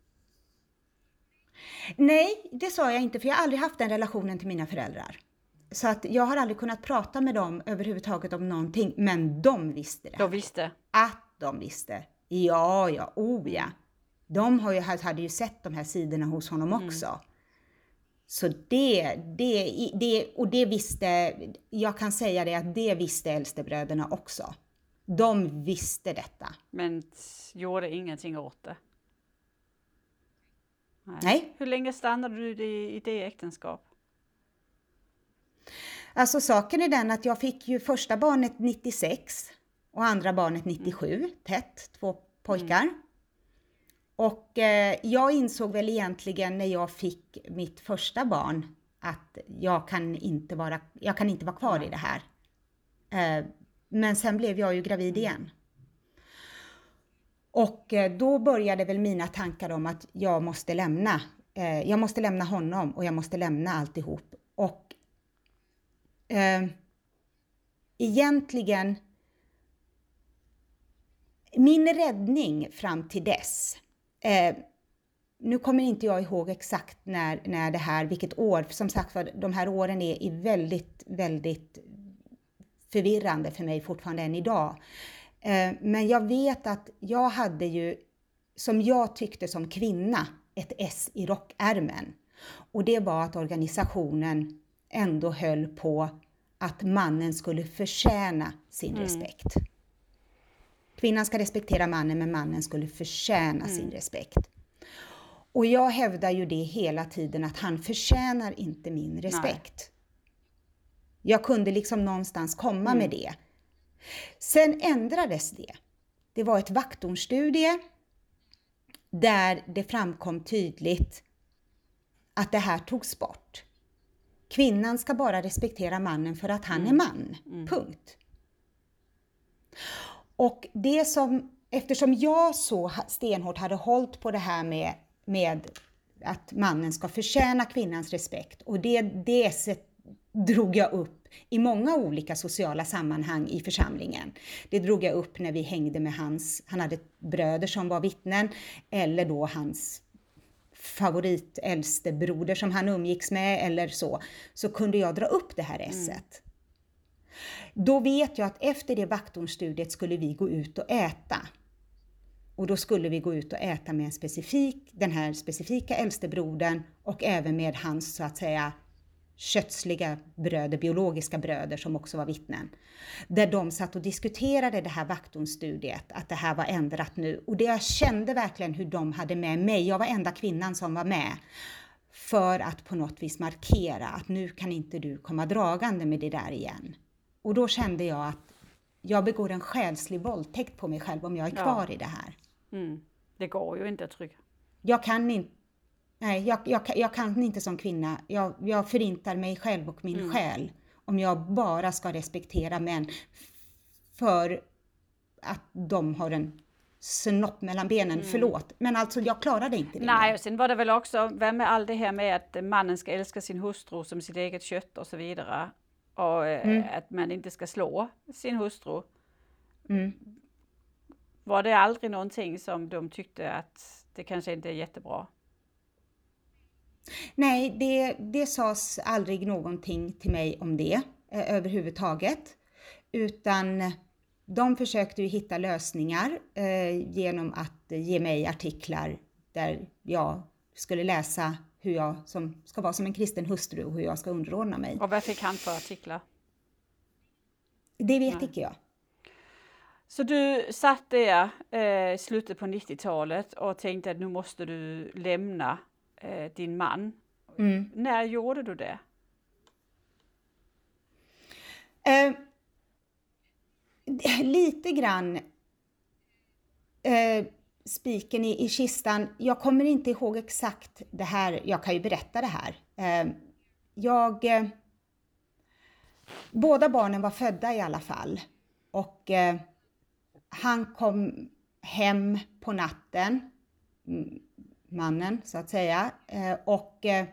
Speaker 3: Nej, det sa jag inte, för jag har aldrig haft den relationen till mina föräldrar. Så att jag har aldrig kunnat prata med dem överhuvudtaget om någonting, men de visste det.
Speaker 2: De visste?
Speaker 3: Att de visste. Ja, ja, oh ja. De har ju, hade ju sett de här sidorna hos honom också. Mm. Så det, det, det, och det visste, jag kan säga det att det visste äldstebröderna också. De visste detta.
Speaker 2: Men gjorde ingenting åt det? Nej.
Speaker 3: Nej.
Speaker 2: Hur länge stannade du i, i det äktenskap?
Speaker 3: Alltså saken är den att jag fick ju första barnet nittiosex och andra barnet nittiosju, mm. tätt, två pojkar. Mm. Och eh, jag insåg väl egentligen när jag fick mitt första barn att jag kan inte vara, jag kan inte vara kvar mm. i det här. Eh, men sen blev jag ju gravid igen. Och eh, då började väl mina tankar om att jag måste lämna. Eh, jag måste lämna honom och jag måste lämna alltihop. Och eh, egentligen min räddning fram till dess. Eh, nu kommer inte jag ihåg exakt när, när det här, vilket år, som sagt för de här åren är, är väldigt, väldigt förvirrande för mig fortfarande än idag. Eh, men jag vet att jag hade ju, som jag tyckte som kvinna, ett S i rockärmen. Och det var att organisationen ändå höll på att mannen skulle förtjäna sin mm. respekt. Kvinnan ska respektera mannen, men mannen skulle förtjäna mm. sin respekt. Och jag hävdar ju det hela tiden, att han förtjänar inte min respekt. Nej. Jag kunde liksom någonstans komma mm. med det. Sen ändrades det. Det var ett vaktornstudie där det framkom tydligt att det här togs bort. Kvinnan ska bara respektera mannen för att han mm. är man. Mm. Punkt. Och det som, eftersom jag så stenhårt hade hållit på det här med, med att mannen ska förtjäna kvinnans respekt, och det, det sätt, drog jag upp i många olika sociala sammanhang i församlingen. Det drog jag upp när vi hängde med hans, han hade bröder som var vittnen, eller då hans favorit äldste broder som han umgicks med eller så, så kunde jag dra upp det här esset. Mm. Då vet jag att efter det vaktornstudiet skulle vi gå ut och äta. Och då skulle vi gå ut och äta med en specifik, den här specifika äldstebrodern och även med hans så att säga kötsliga bröder, biologiska bröder som också var vittnen. Där de satt och diskuterade det här vaktornstudiet, att det här var ändrat nu. Och det jag kände verkligen hur de hade med mig, jag var enda kvinnan som var med. För att på något vis markera att nu kan inte du komma dragande med det där igen. Och då kände jag att jag begår en själslig våldtäkt på mig själv om jag är kvar ja. i det här.
Speaker 2: Mm. Det går ju inte att trycka.
Speaker 3: Jag kan inte, nej, jag, jag, jag kan inte som kvinna. Jag, jag förintar mig själv och min mm. själ om jag bara ska respektera män för att de har en snopp mellan benen, mm. förlåt. Men alltså jag klarade inte det.
Speaker 2: Nej, och sen var det väl också, vem är allt det här med att mannen ska älska sin hustru som sitt eget kött och så vidare. Och mm. att man inte ska slå sin hustru. Mm. Var det aldrig någonting som de tyckte att det kanske inte är jättebra?
Speaker 3: Nej, det, det sades aldrig någonting till mig om det. eh, överhuvudtaget. Utan de försökte ju hitta lösningar eh, genom att ge mig artiklar där jag skulle läsa hur jag som, ska vara som en kristen hustru och hur jag ska underordna mig.
Speaker 2: Och vad fick han för artiklar?
Speaker 3: Det vet
Speaker 2: Nej.
Speaker 3: inte jag.
Speaker 2: Så du satt där eh, i slutet på nittiotalet och tänkte att nu måste du lämna eh, din man.
Speaker 3: Mm.
Speaker 2: När gjorde du det?
Speaker 3: Eh, lite grann eh, spiken i, i kistan. Jag kommer inte ihåg exakt det här. Jag kan ju berätta det här. Eh, jag... Eh, båda barnen var födda i alla fall. Och eh, han kom hem på natten. Mannen så att säga. Eh, och... Eh,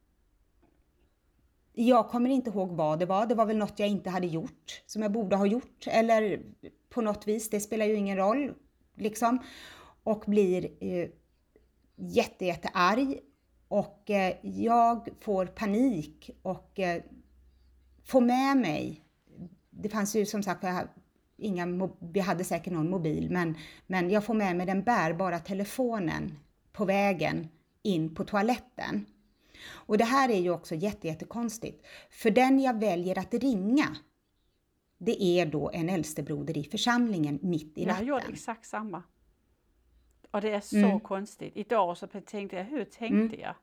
Speaker 3: Jag kommer inte ihåg vad det var. Det var väl något jag inte hade gjort. Som jag borde ha gjort. Eller på något vis. Det spelar ju ingen roll. Liksom. Och blir eh, jätte, jätte arg. Och eh, jag får panik. Och eh, får med mig. Det fanns ju som sagt. Jag, inga, vi hade säkert någon mobil. Men, men jag får med mig den bärbara telefonen. På vägen in på toaletten. Och det här är ju också jätte, jättekonstigt. För den jag väljer att ringa, det är då en äldstebroder i församlingen mitt i natten.
Speaker 2: Jag gjorde exakt samma. Och det är så
Speaker 3: Mm.
Speaker 2: konstigt. Idag så tänkte jag, hur tänkte
Speaker 3: Mm.
Speaker 2: jag?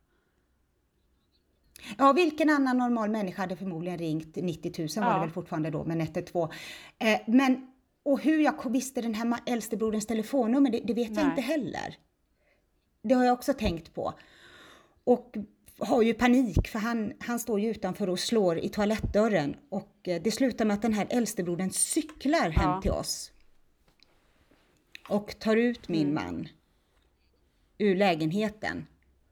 Speaker 3: Ja, vilken annan normal människa hade förmodligen ringt nittio tusen var
Speaker 2: Ja.
Speaker 3: det väl fortfarande då, men ett ett två. Eh, men, och hur jag visste den här äldstebroderns telefonnummer, det, det vet
Speaker 2: Nej.
Speaker 3: jag inte heller. Det har jag också tänkt på. Och har ju panik för han, han står ju utanför och slår i toalettdörren. Och det slutar med att den här äldstebrodern cyklar hem
Speaker 2: Ja.
Speaker 3: till oss. Och tar ut min
Speaker 2: Mm.
Speaker 3: man ur lägenheten.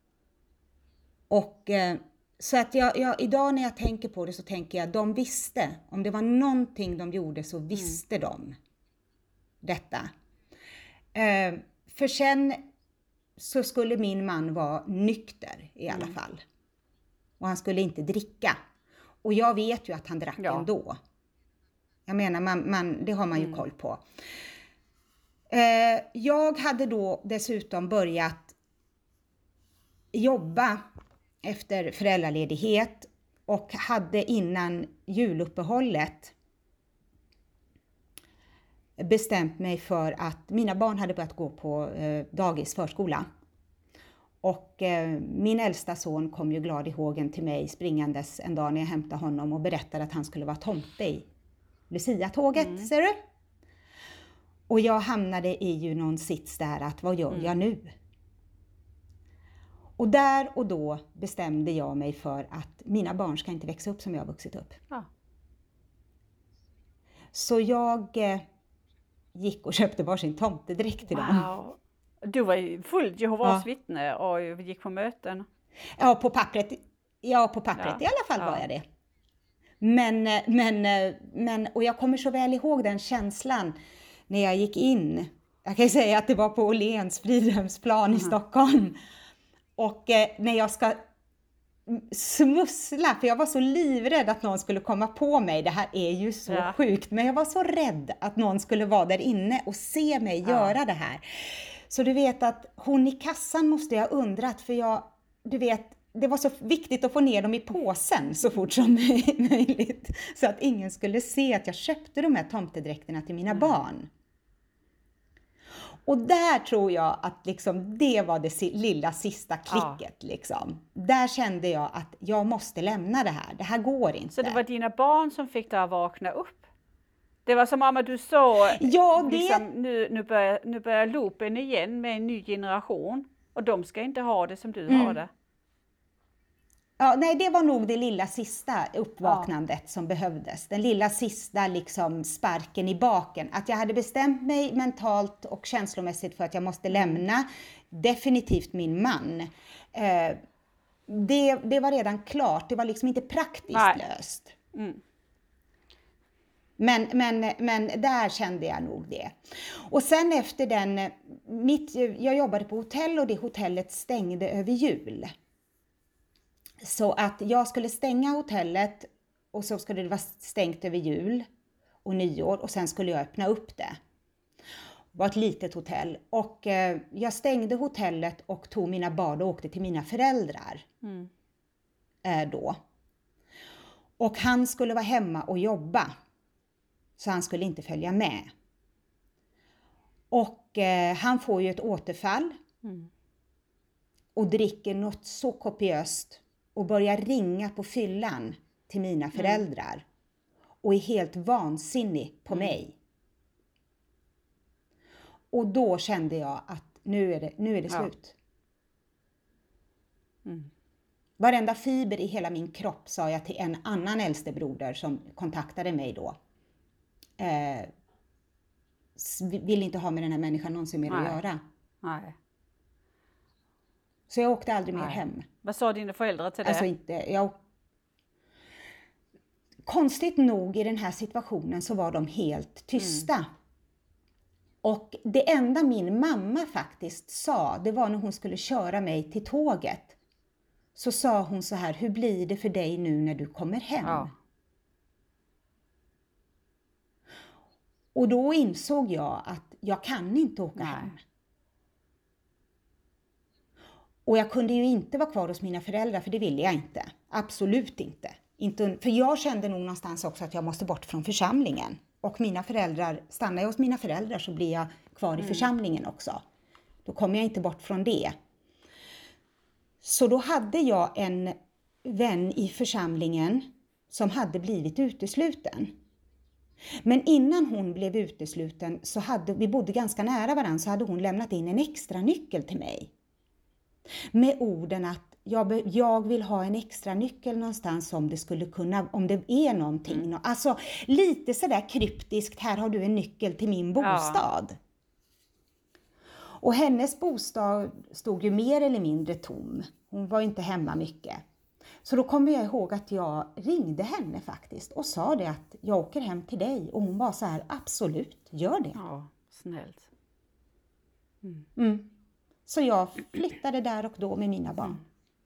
Speaker 3: Och eh, så att jag, jag, idag när jag tänker på det så tänker jag, de visste. Om det var någonting de gjorde så visste
Speaker 2: Mm.
Speaker 3: de detta. Eh, för sen så skulle min man vara nykter i alla
Speaker 2: Mm.
Speaker 3: fall. Och han skulle inte dricka. Och jag vet ju att han drack
Speaker 2: Ja.
Speaker 3: ändå. Jag menar, man, man, det har man ju
Speaker 2: Mm.
Speaker 3: koll på. Eh, jag hade då dessutom börjat jobba efter föräldraledighet. Och hade innan juluppehållet bestämt mig för att mina barn hade börjat gå på eh, dagis, förskola. Och eh, min äldsta son kom ju glad i hågen till mig springandes en dag när jag hämtade honom och berättade att han skulle vara tomte i Lucia-tåget,
Speaker 2: Mm.
Speaker 3: ser du? Och jag hamnade i ju någon sits där att vad gör
Speaker 2: Mm.
Speaker 3: jag nu? Och där och då bestämde jag mig för att mina barn ska inte växa upp som jag har vuxit upp.
Speaker 2: Ja.
Speaker 3: Så jag eh, gick och köpte varsin tomtedräkt till dem.
Speaker 2: Wow. Du var ju fullt Jehovas
Speaker 3: Ja.
Speaker 2: vittne och vi gick på möten.
Speaker 3: Ja, på pappret, ja, på pappret
Speaker 2: Ja.
Speaker 3: i alla fall
Speaker 2: Ja.
Speaker 3: var jag det. Men, eh, men, eh, men, och jag kommer så väl ihåg den känslan när jag gick in. Jag kan ju säga att det var på Åhléns Fridhemsplan i
Speaker 2: Mhm.
Speaker 3: Stockholm. Och eh, när jag ska smussla, för jag var så livrädd att någon skulle komma på mig. Det här är ju så
Speaker 2: Ja.
Speaker 3: sjukt, men jag var så rädd att någon skulle vara där inne och se mig
Speaker 2: Ja.
Speaker 3: göra det här. Så du vet att hon i kassan måste jag ha undrat, för jag, du vet, det var så viktigt att få ner dem i påsen så fort som möjligt. Så att ingen skulle se att jag köpte de här tomtedräkterna till mina
Speaker 2: Mm.
Speaker 3: barn. Och där tror jag att liksom det var det si- lilla sista klicket.
Speaker 2: Ja.
Speaker 3: Liksom. Där kände jag att jag måste lämna det här. Det här går inte.
Speaker 2: Så det var dina barn som fick dig att vakna upp? Det var som om att du såg,
Speaker 3: Ja, det...
Speaker 2: liksom, nu, nu, börjar, nu börjar loopen igen med en ny generation. Och de ska inte ha det som du
Speaker 3: Mm.
Speaker 2: har det.
Speaker 3: Ja, nej, det var nog det lilla sista uppvaknandet som behövdes. Den lilla sista liksom sparken i baken. Att jag hade bestämt mig mentalt och känslomässigt för att jag måste lämna definitivt min man. Eh, det, det var redan klart. Det var liksom inte praktiskt
Speaker 2: Nej.
Speaker 3: löst.
Speaker 2: Mm.
Speaker 3: Men, men, men där kände jag nog det. Och sen efter den, mitt, jag jobbade på hotell och det hotellet stängde över jul. Så att jag skulle stänga hotellet och så skulle det vara stängt över jul och nyår och sen skulle jag öppna upp det. Det var ett litet hotell och eh, jag stängde hotellet och tog mina barn och åkte till mina föräldrar mm. eh, då. Och han skulle vara hemma och jobba, så han skulle inte följa med. Och eh, han får ju ett återfall mm. och dricker något så kopiöst och börjar ringa på fyllan till mina föräldrar mm. och är helt vansinnig på mm. mig. Och då kände jag att nu är det, nu är det slut. Ja. Mm. Varenda fiber i hela min kropp, sa jag till en annan äldstebroder som kontaktade mig då. Eh, vill inte ha med den här människan någonsin mer att göra.
Speaker 2: Nej.
Speaker 3: Så jag åkte aldrig mer
Speaker 2: Nej.
Speaker 3: hem.
Speaker 2: Vad sa dina föräldrar till det?
Speaker 3: Alltså inte, jag... Konstigt nog i den här situationen så var de helt tysta. Mm. Och det enda min mamma faktiskt sa, det var när hon skulle köra mig till tåget. Så sa hon så här: hur blir det för dig nu när du kommer hem? Ja. Och då insåg jag att jag kan inte åka Nej. hem. Och jag kunde ju inte vara kvar hos mina föräldrar, för det ville jag inte. Absolut inte. inte. För jag kände nog någonstans också att jag måste bort från församlingen. Och mina föräldrar, stannar jag hos mina föräldrar så blir jag kvar i mm. församlingen också. Då kommer jag inte bort från det. Så då hade jag en vän i församlingen som hade blivit utesluten. Men innan hon blev utesluten, så hade vi bodde ganska nära varandra, så hade hon lämnat in en extra nyckel till mig. Med orden att jag, jag vill ha en extra nyckel någonstans om det skulle kunna, om det är någonting. Mm. Alltså lite sådär kryptiskt, här har du en nyckel till min bostad. Ja. Och hennes bostad stod ju mer eller mindre tom. Hon var inte hemma mycket. Så då kommer jag ihåg att jag ringde henne faktiskt och sa det att jag åker hem till dig. Och hon var så här: absolut, gör det.
Speaker 2: Ja, snällt.
Speaker 3: Mm. Mm. Så jag flyttade där och då med mina barn.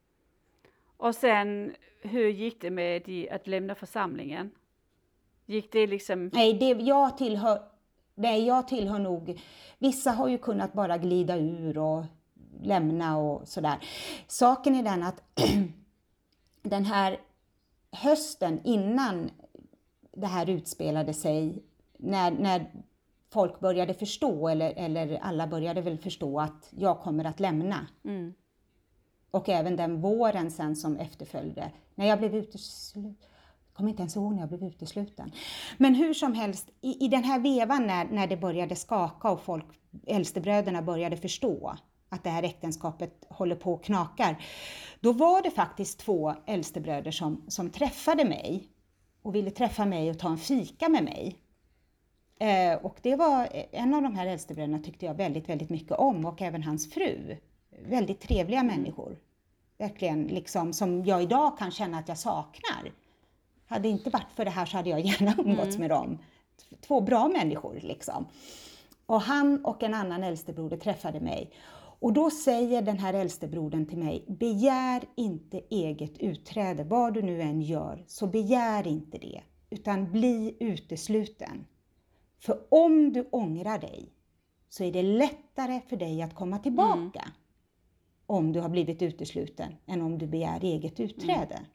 Speaker 2: Och sen, hur gick det med de, att lämna församlingen? Gick det liksom...
Speaker 3: Nej, det, jag, tillhör, nej, jag tillhör nog... Vissa har ju kunnat bara glida ur och lämna och sådär. Saken är den att den här hösten innan det här utspelade sig, när, när folk började förstå, eller, eller alla började väl förstå att jag kommer att lämna. Mm. Och även den våren sen som efterföljde. När jag blev utesluten. Jag kommer inte ens ihåg när jag blev utesluten. Men hur som helst, i, i den här vevan när, när det började skaka och folk, äldstebröderna började förstå att det här äktenskapet håller på och knakar. Då var det faktiskt två äldstebröder som, som träffade mig. Och ville träffa mig och ta en fika med mig. Eh, och det var en av de här äldstebröderna tyckte jag väldigt, väldigt mycket om. Och även hans fru. Väldigt trevliga människor. Verkligen liksom som jag idag kan känna att jag saknar. Hade inte varit för det här så hade jag gärna umgåtts mm. med dem. Två bra människor liksom. Och han och en annan äldstebroder träffade mig. Och då säger den här äldstebrodern till mig: begär inte eget utträde. Vad du nu än gör, så begär inte det. Utan bli utesluten. För om du ångrar dig, så är det lättare för dig att komma tillbaka. Mm. Om du har blivit utesluten, än om du begär eget utträde. Mm.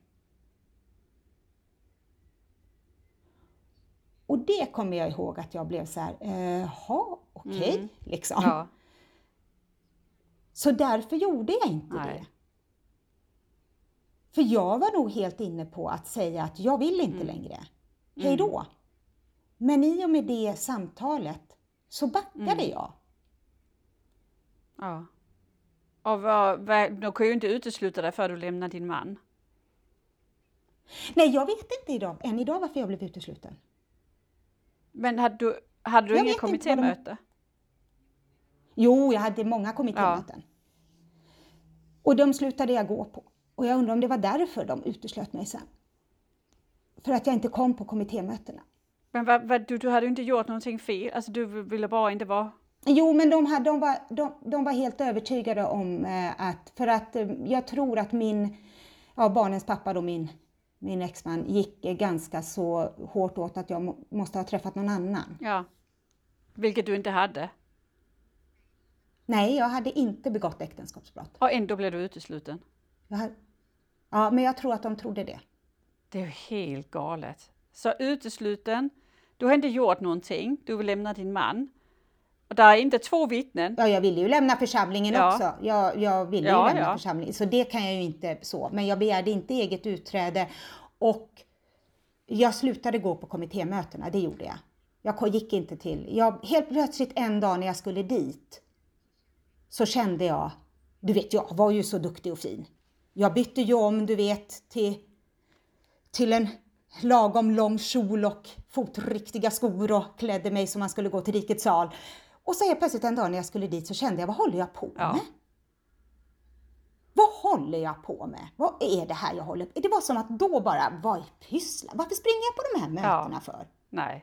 Speaker 3: Och det kommer jag ihåg att jag blev så här, jaha, okej, okay, mm. liksom. Ja. Så därför gjorde jag inte Nej. det. För jag var nog helt inne på att säga att jag vill inte mm. längre. Hej då. Mm. Men i och med det samtalet så backade mm. jag.
Speaker 2: Ja. Och vad, vad, de kan ju inte utesluta dig för att du lämnar din man.
Speaker 3: Nej, jag vet inte idag, än idag varför jag blev utesluten.
Speaker 2: Men hade du, hade du inget kommittémöte? De...
Speaker 3: Jo, jag hade många kommittémöten. Ja. Och de slutade jag gå på. Och jag undrar om det var därför de uteslöt mig sen. För att jag inte kom på kommittémötena.
Speaker 2: Men vad, vad, du, du hade ju inte gjort någonting fel. Alltså du ville bara inte vara...
Speaker 3: Jo, men de, hade, de, var, de, de var helt övertygade om eh, att... För att eh, jag tror att min... Ja, barnens pappa då, min min exman, gick ganska så hårt åt att jag må, måste ha träffat någon annan.
Speaker 2: Ja, vilket du inte hade.
Speaker 3: Nej, jag hade inte begått äktenskapsbrott.
Speaker 2: Och ändå blev du utesluten.
Speaker 3: Jag hade, ja, men jag tror att de trodde det.
Speaker 2: Det är ju helt galet. Så utesluten, du har inte gjort någonting, du vill lämna din man. Och där är inte två vittnen.
Speaker 3: Ja, jag ville ju lämna församlingen
Speaker 2: Ja.
Speaker 3: också. Jag, jag ville
Speaker 2: Ja,
Speaker 3: ju lämna
Speaker 2: ja.
Speaker 3: församlingen, så det kan jag ju inte så. Men jag begärde inte eget utträde och jag slutade gå på kommittémötena, det gjorde jag. Jag gick inte till. Jag, helt plötsligt en dag när jag skulle dit så kände jag, du vet, jag var ju så duktig och fin. Jag bytte ju om, du vet, till, till en lagom lång kjol och fotriktiga skor och klädde mig som man skulle gå till rikets sal. Och så helt plötsligt en dag när jag skulle dit så kände jag, vad håller jag på
Speaker 2: Ja.
Speaker 3: med? Vad håller jag på med? Vad är det här jag håller på med? Det var som att då bara, vad är pyssla? Varför springer jag på de här mötena
Speaker 2: Ja.
Speaker 3: för?
Speaker 2: Nej.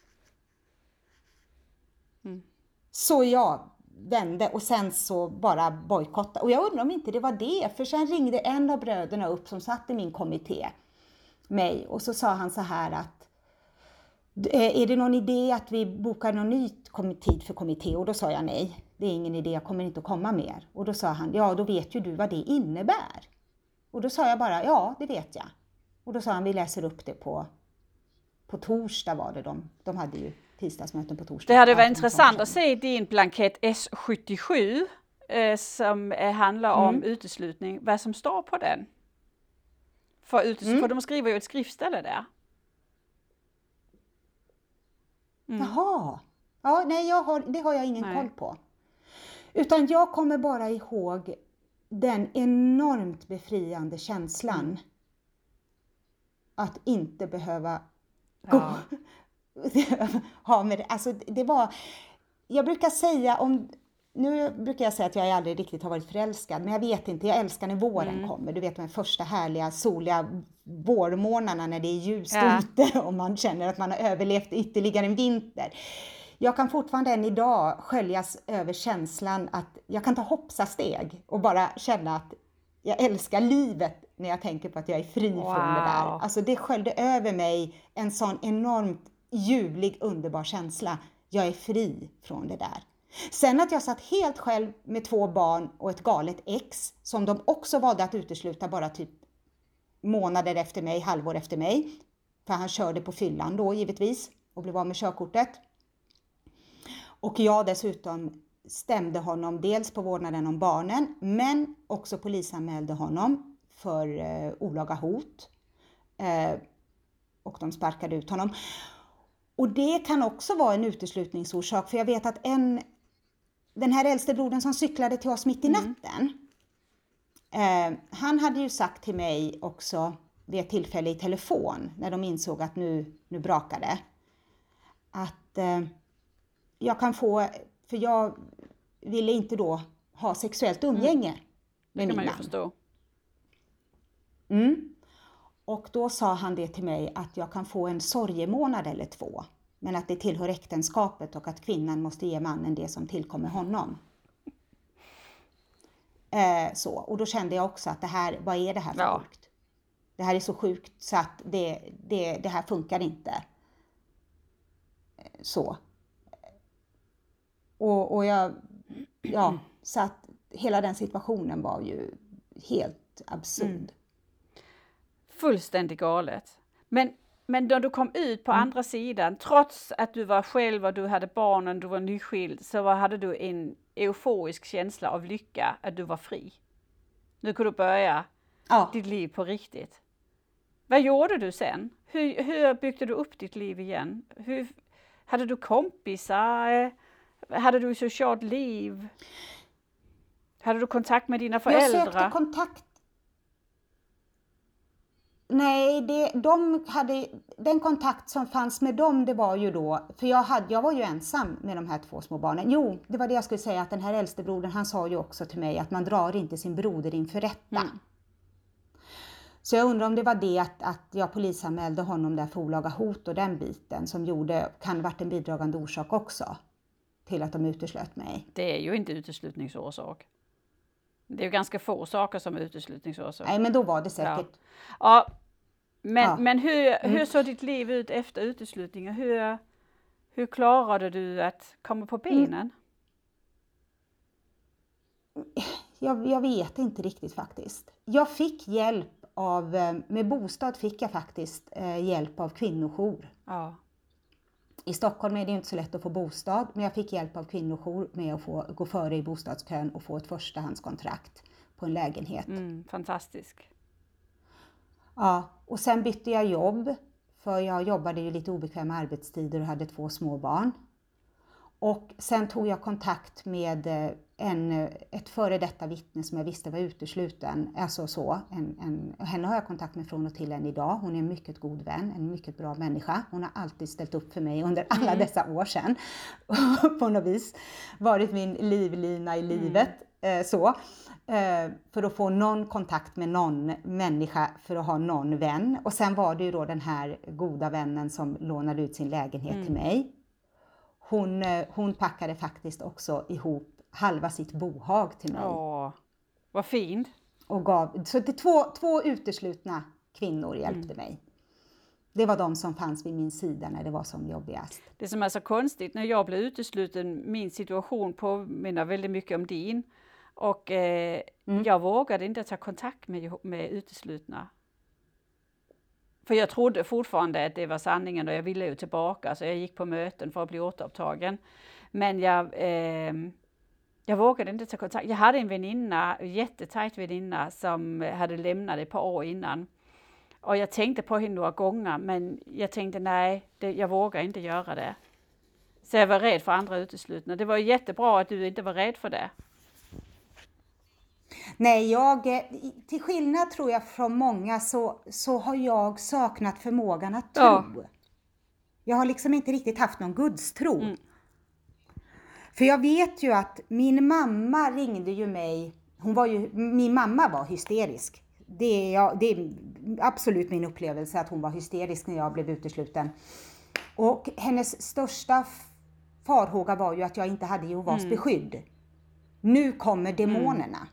Speaker 3: Så jag vände och sen så bara bojkottade. Och jag undrar om inte det var det. För sen ringde en av bröderna upp som satt i min kommitté mig. Och så sa han så här att, är det någon idé att vi bokar någon ny tid för kommitté? Och då sa jag nej, det är ingen idé, jag kommer inte att komma mer. Och då sa han, ja då vet ju du vad det innebär. Och då sa jag bara, ja det vet jag. Och då sa han, vi läser upp det på, på torsdag var det de, de hade ju tisdagsmöten på torsdag.
Speaker 2: Det hade varit intressant att se din blankett S sjuttiosju eh, som eh, handlar om
Speaker 3: Mm.
Speaker 2: uteslutning, vad som står på den. För, utes-
Speaker 3: Mm.
Speaker 2: för de skriver ju ett skriftställe där. Mm.
Speaker 3: Jaha, ja, nej, jag har, det har jag ingen
Speaker 2: Nej.
Speaker 3: koll på. Utan jag kommer bara ihåg den enormt befriande känslan
Speaker 2: Mm.
Speaker 3: att inte behöva
Speaker 2: Ja.
Speaker 3: ha med det. Alltså det var, jag brukar säga om, nu brukar jag säga att jag aldrig riktigt har varit förälskad, men jag vet inte, jag älskar när våren
Speaker 2: Mm.
Speaker 3: kommer. Du vet de första härliga soliga vårmånaderna när det är ljust
Speaker 2: Ja.
Speaker 3: ute och man känner att man har överlevt ytterligare en vinter. Jag kan fortfarande än idag sköljas över känslan att jag kan ta hoppsasteg och bara känna att jag älskar livet när jag tänker på att jag är fri
Speaker 2: Wow.
Speaker 3: från det där. Alltså det sköljde över mig en sån enormt ljuvlig, underbar känsla. Jag är fri från det där. Sen att jag satt helt själv med två barn och ett galet ex som de också valde att utesluta bara typ månader efter mig, halvår efter mig. För han körde på fyllan då givetvis och blev av med körkortet. Och jag dessutom stämde honom dels på vårdnaden om barnen, men också polisanmälde honom för eh, olaga hot. Eh, och de sparkade ut honom. Och det kan också vara en uteslutningsorsak, för jag vet att en, den här äldste brodern som cyklade till oss mitt i natten, mm. eh, han hade ju sagt till mig också vid ett tillfälle i telefon, när de insåg att nu, nu brakade, att eh, jag kan få, för jag ville inte då ha sexuellt umgänge
Speaker 2: Mm.
Speaker 3: med
Speaker 2: Det kan
Speaker 3: min
Speaker 2: man ju
Speaker 3: man.
Speaker 2: förstå.
Speaker 3: Mm. Och då sa han det till mig att jag kan få en sorgemånad eller två. Men att det tillhör äktenskapet och att kvinnan måste ge mannen det som tillkommer honom. Eh, så. Och då kände jag också att det här, vad är det här för
Speaker 2: Ja.
Speaker 3: sjukt? Det här är så sjukt så att det, det, det här funkar inte. Eh, Så. Och, och jag, ja, så att hela den situationen var ju helt absurd.
Speaker 2: Mm. Fullständigt galet. Men, men då du kom ut på
Speaker 3: Mm.
Speaker 2: andra sidan, trots att du var själv och du hade barnen, du var nyskild, så var, hade du en euforisk känsla av lycka att du var fri. Nu kunde du börja
Speaker 3: Ja.
Speaker 2: ditt liv på riktigt. Vad gjorde du sen? Hur, hur byggde du upp ditt liv igen? Hur, hade du kompisar? Hade du socialt liv? Hade du kontakt med dina
Speaker 3: Jag
Speaker 2: föräldrar?
Speaker 3: sökte kontakt. Nej, det, de hade, den kontakt som fanns med dem, det var ju då, för jag, hade, jag var ju ensam med de här två små barnen. Jo, det var det jag skulle säga, att den här äldste brodern, han sa ju också till mig att man drar inte sin broder inför rätta.
Speaker 2: Mm.
Speaker 3: Så jag undrar om det var det att, att jag polisanmälde honom där för olaga hot och den biten som gjorde, kan varit en bidragande orsak också till att de uteslöt mig.
Speaker 2: Det är ju inte uteslutningsorsak. Det är ju ganska få saker som är uteslutningsorsak.
Speaker 3: Nej, men då var det säkert.
Speaker 2: Ja. Men,
Speaker 3: Ja.
Speaker 2: men hur,
Speaker 3: Mm.
Speaker 2: hur såg ditt liv ut efter uteslutningen? Hur, hur klarade du att komma på benen?
Speaker 3: Jag, jag vet inte riktigt faktiskt. Jag fick hjälp av, eh, med bostad fick jag faktiskt eh, hjälp av kvinnojour.
Speaker 2: Ja.
Speaker 3: I Stockholm är det inte så lätt att få bostad, men jag fick hjälp av kvinnojour med att få gå före i bostadskön och få ett förstahandskontrakt på en lägenhet.
Speaker 2: Mm, fantastisk.
Speaker 3: Ja, och sen bytte jag jobb, för jag jobbade ju lite obekväma arbetstider och hade två små barn. Och sen tog jag kontakt med en, ett före detta vittne som jag visste var utesluten. Alltså så, en, en, henne har jag kontakt med från och till än idag. Hon är en mycket god vän, en mycket bra människa. Hon har alltid ställt upp för mig under alla mm. dessa år sedan. På något vis varit min livlina i livet. Mm. Så. För att få någon kontakt med någon människa, för att ha någon vän. Och sen var det ju då den här goda vännen som lånade ut sin lägenhet mm. till mig. Hon, hon packade faktiskt också ihop halva sitt bohag till mig.
Speaker 2: Åh, vad fint.
Speaker 3: Och gav, så det två, två uteslutna kvinnor hjälpte mm. mig. Det var de som fanns vid min sida när det var som jobbigast.
Speaker 2: Det som är så konstigt, när jag blev utesluten, min situation påminner väldigt mycket om din. Och eh, mm. jag vågade inte ta kontakt med, med uteslutna. För jag trodde fortfarande att det var sanningen och jag ville ju tillbaka. Så jag gick på möten för att bli återupptagen. Men jag, eh, jag vågade inte ta kontakt. Jag hade en väninna, en jättetajt väninna som hade lämnat ett par år innan. Och jag tänkte på henne några gånger, men jag tänkte nej, det, jag vågar inte göra det. Så jag var rädd för andra uteslutna. Det var jättebra att du inte var rädd för det.
Speaker 3: Nej, jag, till skillnad tror jag från många så, så har jag saknat förmågan att tro. Ja. Jag har liksom inte riktigt haft någon gudstro. Mm. För jag vet ju att min mamma ringde ju mig, hon var ju, min mamma var hysterisk. Det är, jag, det är absolut min upplevelse att hon var hysterisk när jag blev utesluten. Och hennes största farhåga var ju att jag inte hade Jehovas mm. beskydd. Nu kommer demonerna. Mm.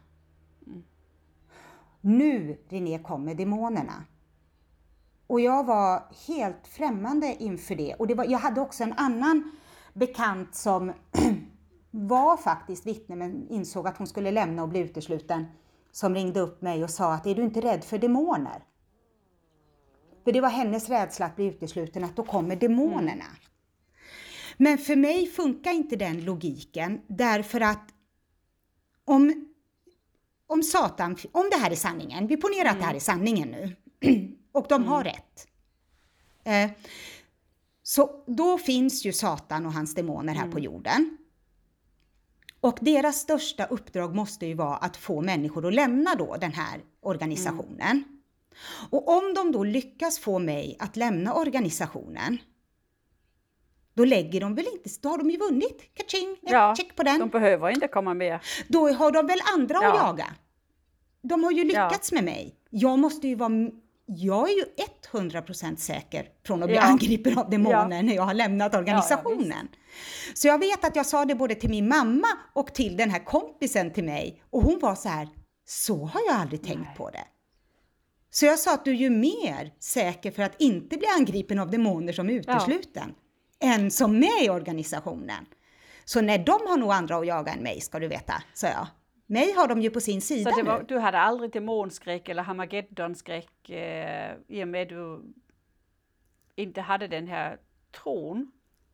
Speaker 3: Nu, René, kommer demonerna. Och jag var helt främmande inför det. Och det var, jag hade också en annan bekant som var faktiskt vittne men insåg att hon skulle lämna och bli utesluten. Som ringde upp mig och sa att är du inte rädd för demoner? För det var hennes rädsla att bli utesluten, att då kommer demonerna. Mm. Men för mig funkar inte den logiken, därför att om... Om Satan, om det här är sanningen, vi ponerar mm. att det här är sanningen nu, och de mm. har rätt. Eh, så då finns ju Satan och hans demoner här mm. på jorden. Och deras största uppdrag måste ju vara att få människor att lämna då den här organisationen. Mm. Och om de då lyckas få mig att lämna organisationen, då lägger de väl inte, då har de ju vunnit. Kaching,
Speaker 2: ja,
Speaker 3: check på den.
Speaker 2: De behöver inte komma med.
Speaker 3: Då har de väl andra ja. att jaga. De har ju lyckats
Speaker 2: ja.
Speaker 3: med mig. Jag måste ju vara, jag är ju hundra procent säker från att bli ja. angripen av demoner ja. när jag har lämnat organisationen. Ja, ja, så jag vet att jag sa det både till min mamma och till den här kompisen till mig. Och hon var så här, så har jag aldrig tänkt Nej. på det. Så jag sa att du är ju mer säker för att inte bli angripen av demoner som utesluten. Ja. än som med i organisationen. Så när de har nog andra att jaga än mig, ska du veta, sa jag. Mig har de ju på sin sida.
Speaker 2: Så det var,
Speaker 3: nu.
Speaker 2: Du hade aldrig demonskräck eller Harmageddonskräck eh, i och med att du inte hade den här tron?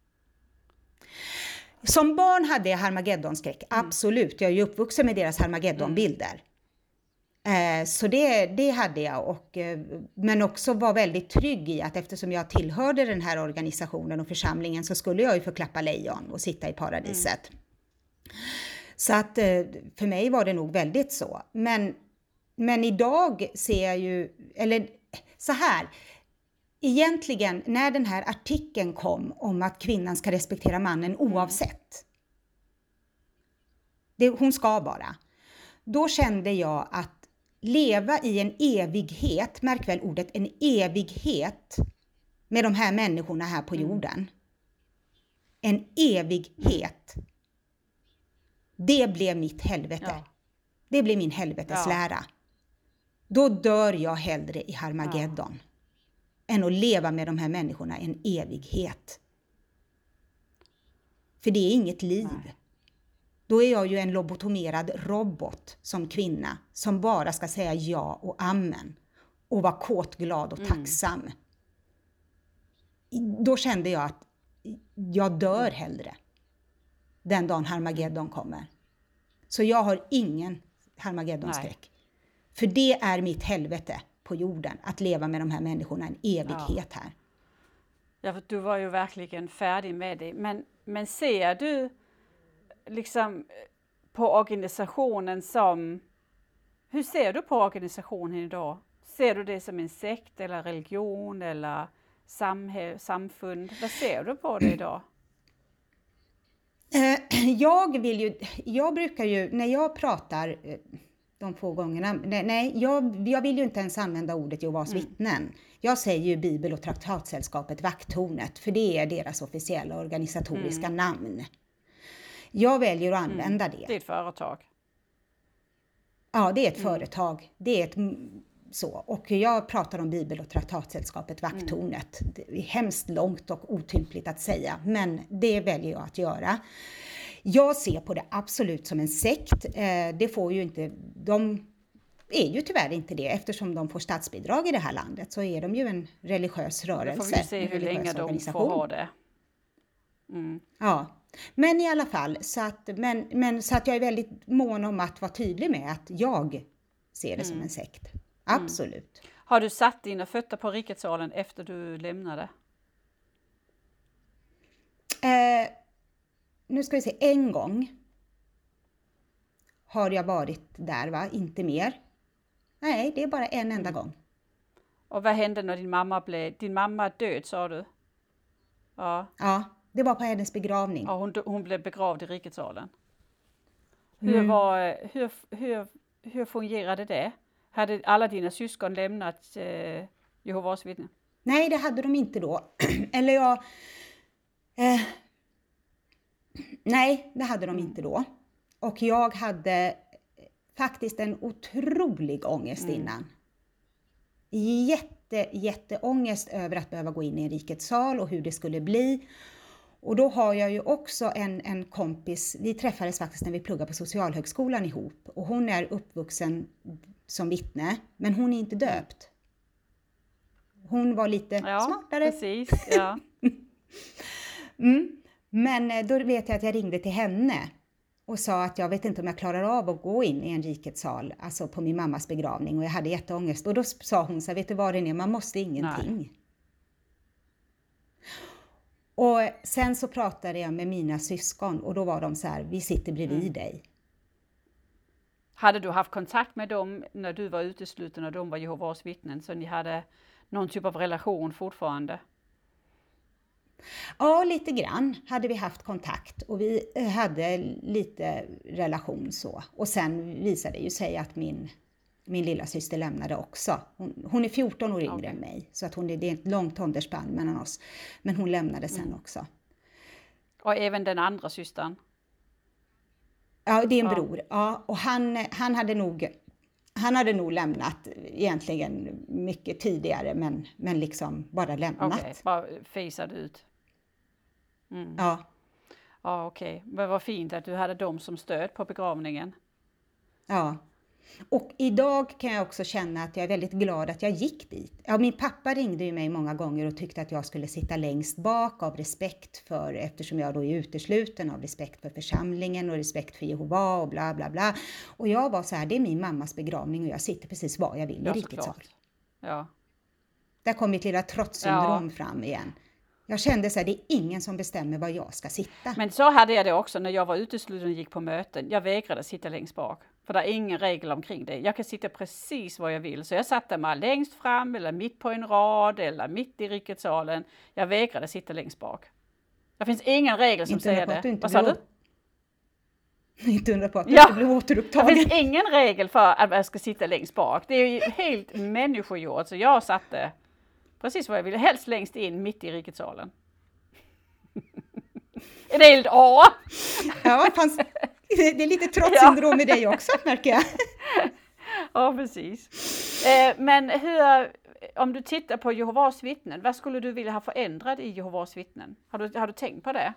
Speaker 3: Som barn hade jag Harmageddonskräck, mm. absolut. Jag är ju uppvuxen med deras Harmageddonbilder. Mm. Så det, det hade jag, och, men också var väldigt trygg i att eftersom jag tillhörde den här organisationen och församlingen så skulle jag ju få klappa lejon och sitta i paradiset. Mm. Så att för mig var det nog väldigt så. Men, men idag ser jag ju, eller så här, egentligen när den här artikeln kom om att kvinnan ska respektera mannen oavsett. Det, hon ska bara. Då kände jag att leva i en evighet, märk väl ordet, en evighet med de här människorna här på jorden. En evighet. Det blev mitt helvete. Ja. Det blev min helveteslära. Ja. Då dör jag hellre i Harmageddon. Ja. än att leva med de här människorna en evighet. För det är inget liv. Nej. Då är jag ju en lobotomerad robot som kvinna som bara ska säga ja och amen och vara kåt, glad och tacksam. Mm. Då kände jag att jag dör hellre den dagen Harmageddon kommer. Så jag har ingen Harmageddon-skräck. För det är mitt helvete på jorden, att leva med de här människorna en evighet ja. här.
Speaker 2: Ja, för du var ju verkligen färdig med det. Men, men ser du liksom på organisationen som... Hur ser du på organisationen idag? Ser du det som en sekt eller religion eller samhäll, samfund? Vad ser du på det idag?
Speaker 3: Jag vill ju... Jag brukar ju, när jag pratar... de få gångerna. Nej, nej jag, jag vill ju inte ens använda ordet Jehovas mm. vittnen. Jag säger ju Bibel- och traktatsällskapet Vakttornet, för det är deras officiella organisatoriska mm. namn. Jag väljer att använda mm. det.
Speaker 2: Det är ett företag.
Speaker 3: Ja, det är ett mm. företag. Det är ett så. Och jag pratar om Bibel- och traktatsällskapet Vakttornet. Mm. Det är hemskt långt och otympligt att säga, men det väljer jag att göra. Jag ser på det absolut som en sekt. Det får ju inte, de är ju tyvärr inte det, eftersom de får statsbidrag i det här landet, så är de ju en religiös rörelse.
Speaker 2: Då får vi se hur länge de får ha det.
Speaker 3: Mm. Ja, men i alla fall, så att, men, men, så att jag är väldigt mån om att vara tydlig med att jag ser det mm. som en sekt. Absolut.
Speaker 2: Mm. Har du satt dina fötter på riketsalen efter du lämnade?
Speaker 3: Eh, Nu ska vi se, en gång har jag varit där, va? Inte mer. Nej, det är bara en enda mm. gång.
Speaker 2: Och vad hände när din mamma blev, din mamma död, sa du? Ja.
Speaker 3: Ja, det var på hennes begravning.
Speaker 2: Ja, hon, hon blev begravd i riketsalen. Hur, mm. var, hur, hur, hur fungerade det? Hade alla dina syskon lämnat eh, Jehovas vittnen?
Speaker 3: Nej, det hade de inte då. Eller jag... Eh, Nej, det hade de inte då. Och jag hade faktiskt en otrolig ångest mm. innan. Jätte, jätteångest över att behöva gå in i en rikets sal och hur det skulle bli. Och då har jag ju också en, en kompis, vi träffades faktiskt när vi pluggade på socialhögskolan ihop. Och hon är uppvuxen som vittne, men hon är inte döpt. Hon var lite
Speaker 2: ja,
Speaker 3: smartare.
Speaker 2: Precis, ja.
Speaker 3: mm. Men då vet jag att jag ringde till henne och sa att jag vet inte om jag klarar av att gå in i en rikets sal, alltså på min mammas begravning, och jag hade jätteångest. Och då sa hon så här, vet du vad det är, man måste ingenting. Nej. Och sen så pratade jag med mina syskon och då var de så här, vi sitter bredvid mm. dig.
Speaker 2: Hade du haft kontakt med dem när du var utesluten och de var Jehovas vittnen, så ni hade någon typ av relation fortfarande?
Speaker 3: Ja, lite grann hade vi haft kontakt och vi hade lite relation så. Och sen visade det ju sig att min, min lilla syster lämnade också. Hon, hon är fjorton år yngre okay. än mig, så att hon är, det är ett långt åldersspann mellan oss. Men hon lämnade sen mm. också.
Speaker 2: Och även den andra systern?
Speaker 3: Ja, det är en ja. bror. Ja, och han, han hade nog... Han hade nog lämnat egentligen mycket tidigare, men, men liksom bara lämnat.
Speaker 2: Okej, okay, bara fejsade ut. Mm.
Speaker 3: Ja.
Speaker 2: Ja, okej. Okay. Men vad fint att du hade dem som stöd på begravningen.
Speaker 3: Ja. Och idag kan jag också känna att jag är väldigt glad att jag gick dit. Ja, min pappa ringde ju mig många gånger och tyckte att jag skulle sitta längst bak av respekt för, eftersom jag då är utesluten, av respekt för församlingen och respekt för Jehova och bla bla bla. Och jag var så här, det är min mammas begravning och jag sitter precis var jag vill i rikets sal.
Speaker 2: Ja.
Speaker 3: Där kom mitt lilla trotssyndrom ja. fram igen. Jag kände så här, det är ingen som bestämmer var jag ska sitta.
Speaker 2: Men så hade jag det också när jag var utesluten och gick på möten. Jag vägrade sitta längst bak. För det är ingen regel omkring det. Jag kan sitta precis var jag vill. Så jag satte mig längst fram eller mitt på en rad eller mitt i riketsalen. Jag vägrade sitta längst bak. Det finns ingen regel som
Speaker 3: inte
Speaker 2: säger det.
Speaker 3: Inte
Speaker 2: Vad sa du?
Speaker 3: Inte undra på att du
Speaker 2: ja.
Speaker 3: inte blir återupptagen.
Speaker 2: Det finns ingen regel för att jag ska sitta längst bak. Det är ju helt människogjort. Så jag satte precis var jag ville. Helst längst in mitt i riketsalen. Är det helt A?
Speaker 3: Ja, fanns, det är lite trotssyndrom med dig också, märker jag.
Speaker 2: Ja, precis. Eh, men hur, om du tittar på Jehovas vittnen, vad skulle du vilja ha förändrat i Jehovas vittnen? Har du, har du tänkt på det?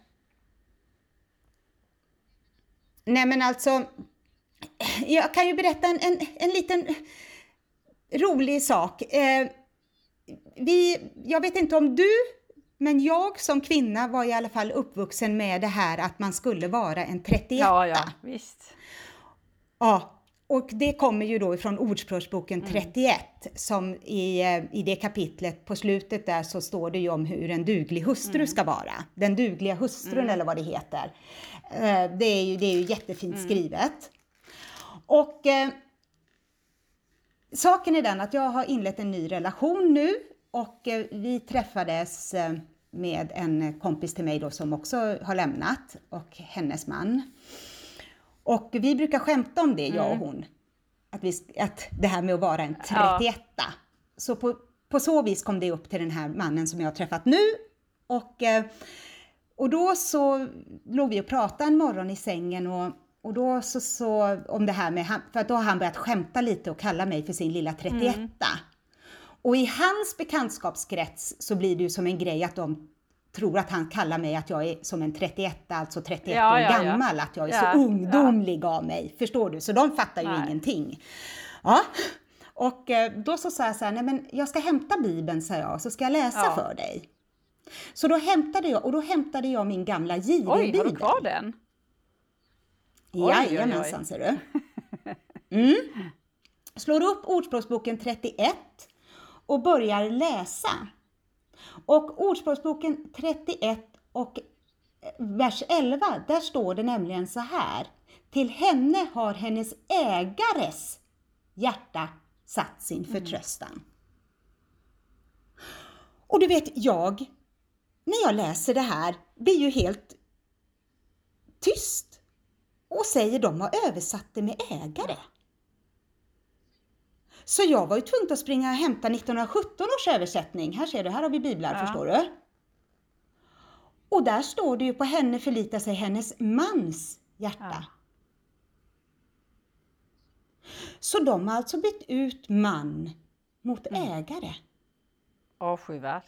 Speaker 3: Nej men alltså, jag kan ju berätta en, en, en liten rolig sak. Eh, vi, jag vet inte om du, men jag som kvinna var i alla fall uppvuxen med det här att man skulle vara en trettioett.
Speaker 2: Ja, ja, visst.
Speaker 3: Ja, och det kommer ju då ifrån Ordspråksboken trettioett, mm. som i, i det kapitlet på slutet där så står det ju om hur en duglig hustru mm. ska vara. Den dugliga hustrun mm. eller vad det heter. Det är ju, det är ju jättefint mm. skrivet. Och eh, saken är den att jag har inlett en ny relation nu och eh, vi träffades eh, med en kompis till mig då som också har lämnat och hennes man. Och vi brukar skämta om det, jag och hon. Att, vi, att det här med att vara en trettioett. Ja. Så på, på så vis kom det upp till den här mannen som jag har träffat nu. Och, och då så låg vi och pratade en morgon i sängen. Och, och då så, så om det här med, för då har han börjat skämta lite och kalla mig för sin lilla trettioett. Mm. Och i hans bekantskapskrets så blir det ju som en grej att de tror att han kallar mig att jag är som en trettioett, alltså trettioett ja, år ja, gammal, ja. Att jag är ja, så ungdomlig ja. Av mig, förstår du? Så de fattar ju nej. Ingenting. Ja, och då så sa jag så här, nej men jag ska hämta Bibeln, sa jag, så ska jag läsa ja. För dig. Så då hämtade jag, och då hämtade jag min gamla J V-bibel.
Speaker 2: Oj, har du kvar den?
Speaker 3: Jajamensan, ser du. Mm. Slår upp Ordspråksboken trettioett och börjar läsa. Och Ordspråksboken trettioett och vers elva, där står det nämligen så här. Till henne har hennes ägares hjärta satt sin förtröstan. Mm. Och du vet, jag, när jag läser det här, blir ju helt tyst. Och säger de har översatt det med ägare. Så jag var ju tvungen att springa och hämta nittonhundrasjutton års översättning. Här ser du, här har vi biblar, ja. Förstår du? Och där står det ju på henne förlitar sig hennes mans hjärta. Ja. Så de har alltså bytt ut man mot mm. ägare.
Speaker 2: Avskyvärt.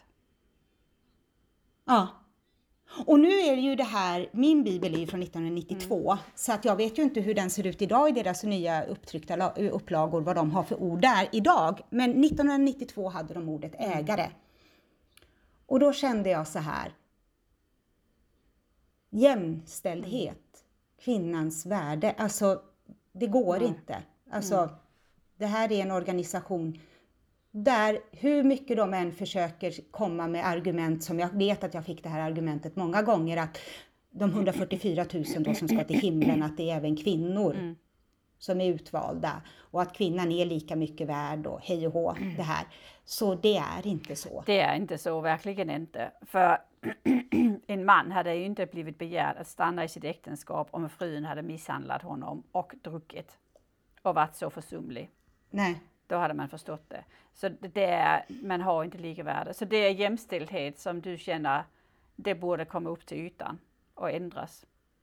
Speaker 3: Ja. Och nu är det ju det här, min bibel är ju från nittonhundranittiotvå, mm. så att jag vet ju inte hur den ser ut idag i deras nya upptryckta upplagor, vad de har för ord där idag. Men nittonhundranittiotvå hade de ordet ägare. Och då kände jag så här, jämställdhet, kvinnans värde, alltså det går mm. inte. Alltså mm. det här är en organisation där hur mycket de än försöker komma med argument, som jag vet att jag fick det här argumentet många gånger, att de hundrafyrtiofyra tusen då som ska till himlen, att det är även kvinnor mm. som är utvalda och att kvinnan är lika mycket värd och hej och hå det här. Så det är inte så.
Speaker 2: Det är inte så, verkligen inte. För en man hade ju inte blivit begärd att stanna i sitt äktenskap om frun hade misshandlat honom och druckit och varit så försumlig.
Speaker 3: Nej.
Speaker 2: Då hade man förstått det. Så det är, man har inte lika värde. Så det är jämställdhet som du känner, det borde komma upp till ytan och ändras.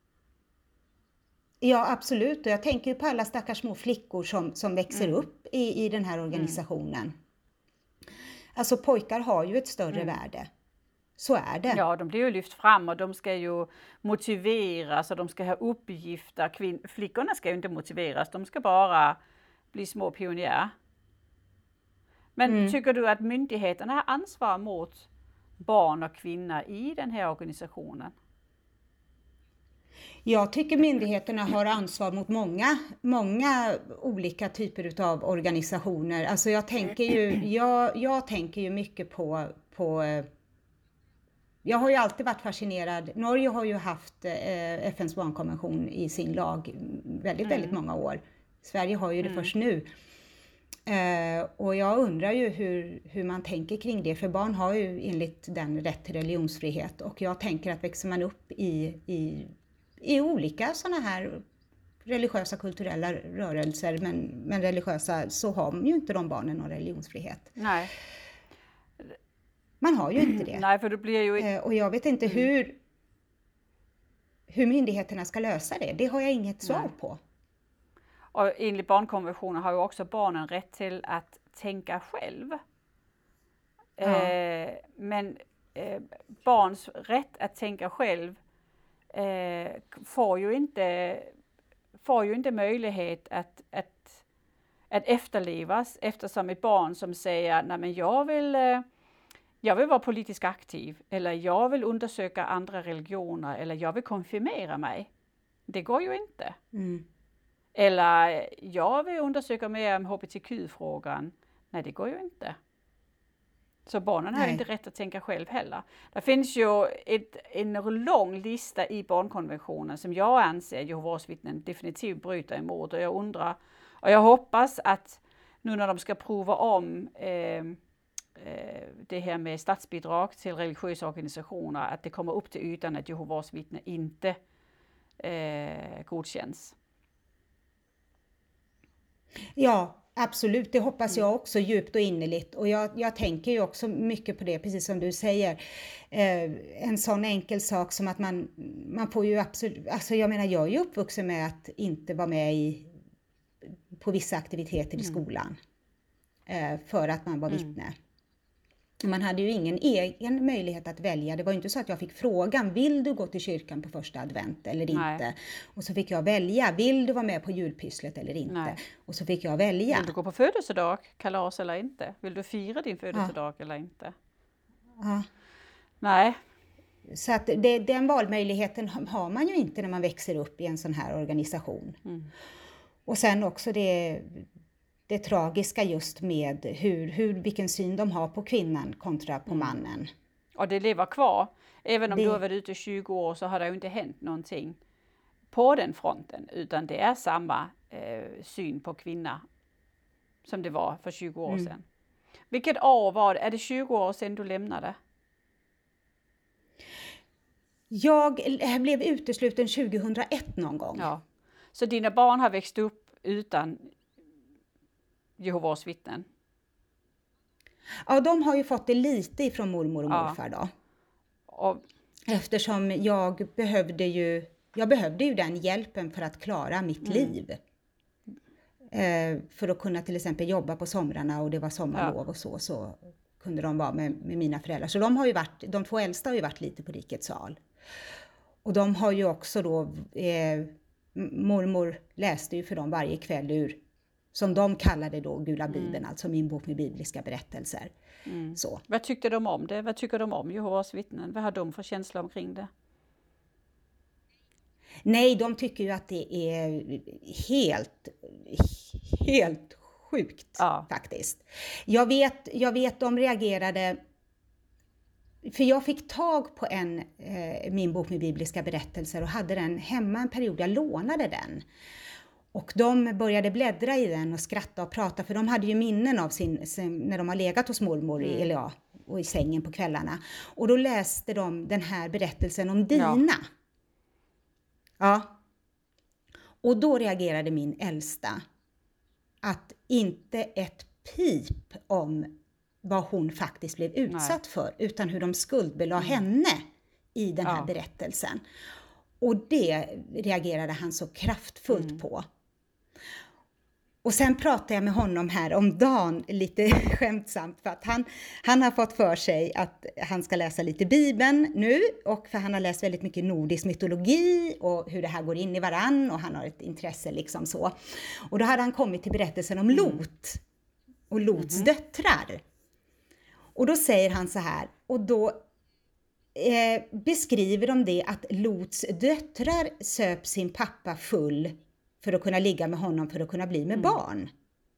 Speaker 3: Ja, absolut. Och jag tänker ju på alla stackars små flickor som, som växer mm. upp i, i den här organisationen. Mm. Alltså pojkar har ju ett större mm. värde. Så är det.
Speaker 2: Ja, de blir ju lyft fram och de ska ju motiveras och de ska ha uppgifter. Kvin- flickorna ska ju inte motiveras, de ska bara bli små pionjärer. Men mm. tycker du att myndigheterna har ansvar mot barn och kvinnor i den här organisationen?
Speaker 3: Jag tycker myndigheterna har ansvar mot många, många olika typer av organisationer. Alltså jag tänker ju, jag, jag tänker ju mycket på, på... Jag har ju alltid varit fascinerad. Norge har ju haft eh, F N:s barnkonvention i sin lag väldigt, mm. väldigt många år. Sverige har ju det mm. först nu. Uh, och jag undrar ju hur, hur man tänker kring det, för barn har ju enligt den rätt till religionsfrihet, och jag tänker att växer man upp i, i, i olika sådana här religiösa kulturella rörelser, men, men religiösa, så har ju inte de barnen någon religionsfrihet.
Speaker 2: Nej.
Speaker 3: Man har ju inte det.
Speaker 2: Nej, för det blir ju...
Speaker 3: Uh, och jag vet inte mm. hur, hur myndigheterna ska lösa det, det har jag inget svar Nej. På.
Speaker 2: Och enligt barnkonventionen har ju också barnen rätt till att tänka själv. Ja. Eh, men eh, barns rätt att tänka själv eh, får ju inte får ju inte möjlighet att, att, att efterlevas, eftersom ett barn som säger nej men jag vill eh, jag vill vara politiskt aktiv, eller jag vill undersöka andra religioner, eller jag vill konfirmera mig. Det går ju inte. Mm. Eller jag vill undersöka mer om H B T Q-frågan. Nej, det går ju inte. Så barnen har inte rätt att tänka själv heller. Det finns ju ett, en lång lista i barnkonventionen som jag anser Jehovas vittnen definitivt bryter emot. Och jag undrar, och jag hoppas att nu när de ska prova om eh, det här med statsbidrag till religiösa organisationer, att det kommer upp till ytan att Jehovas vittnen inte eh, godkänns.
Speaker 3: Ja, absolut. Det hoppas jag också djupt och innerligt. Och jag, jag tänker ju också mycket på det, precis som du säger. Eh, en sån enkel sak som att man, man får ju absolut... Alltså jag menar, jag är ju uppvuxen med att inte vara med i, på vissa aktiviteter i skolan. Eh, för att man var vittne. Mm. Man hade ju ingen egen möjlighet att välja. Det var ju inte så att jag fick frågan, vill du gå till kyrkan på första advent eller inte? Nej. Och så fick jag välja, vill du vara med på julpysslet eller inte? Nej. Och så fick jag välja.
Speaker 2: Vill du gå på födelsedag, kalas eller inte? Vill du fira din födelsedag ja. eller inte?
Speaker 3: Ja.
Speaker 2: Nej.
Speaker 3: Så att det, den valmöjligheten har man ju inte när man växer upp i en sån här organisation. Mm. Och sen också det... Det tragiska just med hur, hur, vilken syn de har på kvinnan kontra på mannen.
Speaker 2: Och det lever kvar. Även om det... du har varit ute i tjugo år så har det ju inte hänt någonting på den fronten. Utan det är samma eh, syn på kvinna som det var för tjugo år mm. sedan. Vilket år var det? Är det tjugo år sedan du lämnade?
Speaker 3: Jag blev utesluten tjugohundraett någon gång.
Speaker 2: Ja. Så dina barn har växt upp utan Jehovas vittnen?
Speaker 3: Ja, de har ju fått det lite ifrån mormor och morfar ja. då. Och... Eftersom jag behövde ju, jag behövde ju den hjälpen för att klara mitt mm. liv. Eh, för att kunna till exempel jobba på somrarna och det var sommarlov ja. och så, så kunde de vara med, med mina föräldrar. Så de har ju varit, de två äldsta har ju varit lite på Rikets sal. Och de har ju också då, eh, mormor läste ju för dem varje kväll ur som de kallade då Gula Bibeln, mm. alltså min bok med bibliska berättelser. Mm. Så.
Speaker 2: Vad tyckte de om det? Vad tycker de om Jehovas vittnen? Vad har de för känsla omkring det?
Speaker 3: Nej, de tycker ju att det är helt, helt sjukt ja. faktiskt. Jag vet, jag vet de reagerade, för jag fick tag på en, eh, min bok med bibliska berättelser och hade den hemma en period, jag lånade den. Och de började bläddra i den och skratta och prata, för de hade ju minnen av sin, sin när de har legat hos mormor i, mm. eller ja, och i sängen på kvällarna. Och då läste de den här berättelsen om Dina. Ja. ja. Och då reagerade min äldsta att inte ett pip om vad hon faktiskt blev utsatt Nej. för, utan hur de skuldbelade mm. henne i den här ja. berättelsen. Och det reagerade han så kraftfullt mm. på. Och sen pratade jag med honom här om dagen lite skämtsamt, för att han, han har fått för sig att han ska läsa lite Bibeln nu, och för han har läst väldigt mycket nordisk mytologi och hur det här går in i varann, och han har ett intresse liksom så. Och då hade han kommit till berättelsen om Lot och Lots mm. döttrar. Och då säger han så här, och då eh, beskriver de det att Lots döttrar söp sin pappa full för att kunna ligga med honom, för att kunna bli med mm. barn.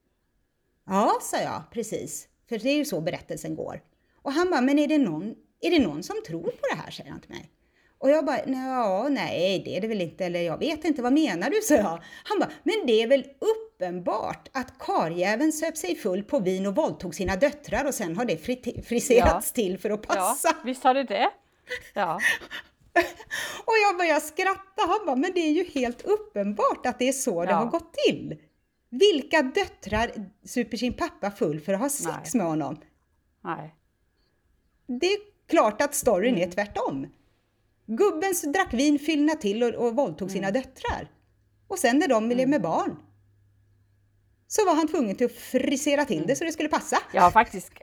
Speaker 3: Ja, sa jag, precis. För det är ju så berättelsen går. Och han bara, men är det någon, är det någon som tror på det här, säger han till mig. Och jag bara, ja, nej, det är det väl inte, eller jag vet inte, vad menar du, sa jag. Han bara, men det är väl uppenbart att karjäveln söp sig full på vin och våldtog sina döttrar, och sen har det fri- friserats ja. till för att passa.
Speaker 2: Ja, visst har det det. Ja.
Speaker 3: Och jag började skratta. Han bara, men det är ju helt uppenbart att det är så ja. det har gått till. Vilka döttrar super sin pappa full för att ha sex Nej. med honom?
Speaker 2: Nej.
Speaker 3: Det är klart att storyn mm. är tvärtom. Gubben drack vin, fyllna till och, och våldtog mm. sina döttrar. Och sen när de ville mm. med barn, så var han tvungen till att frisera till mm. det så det skulle passa.
Speaker 2: Jag har faktiskt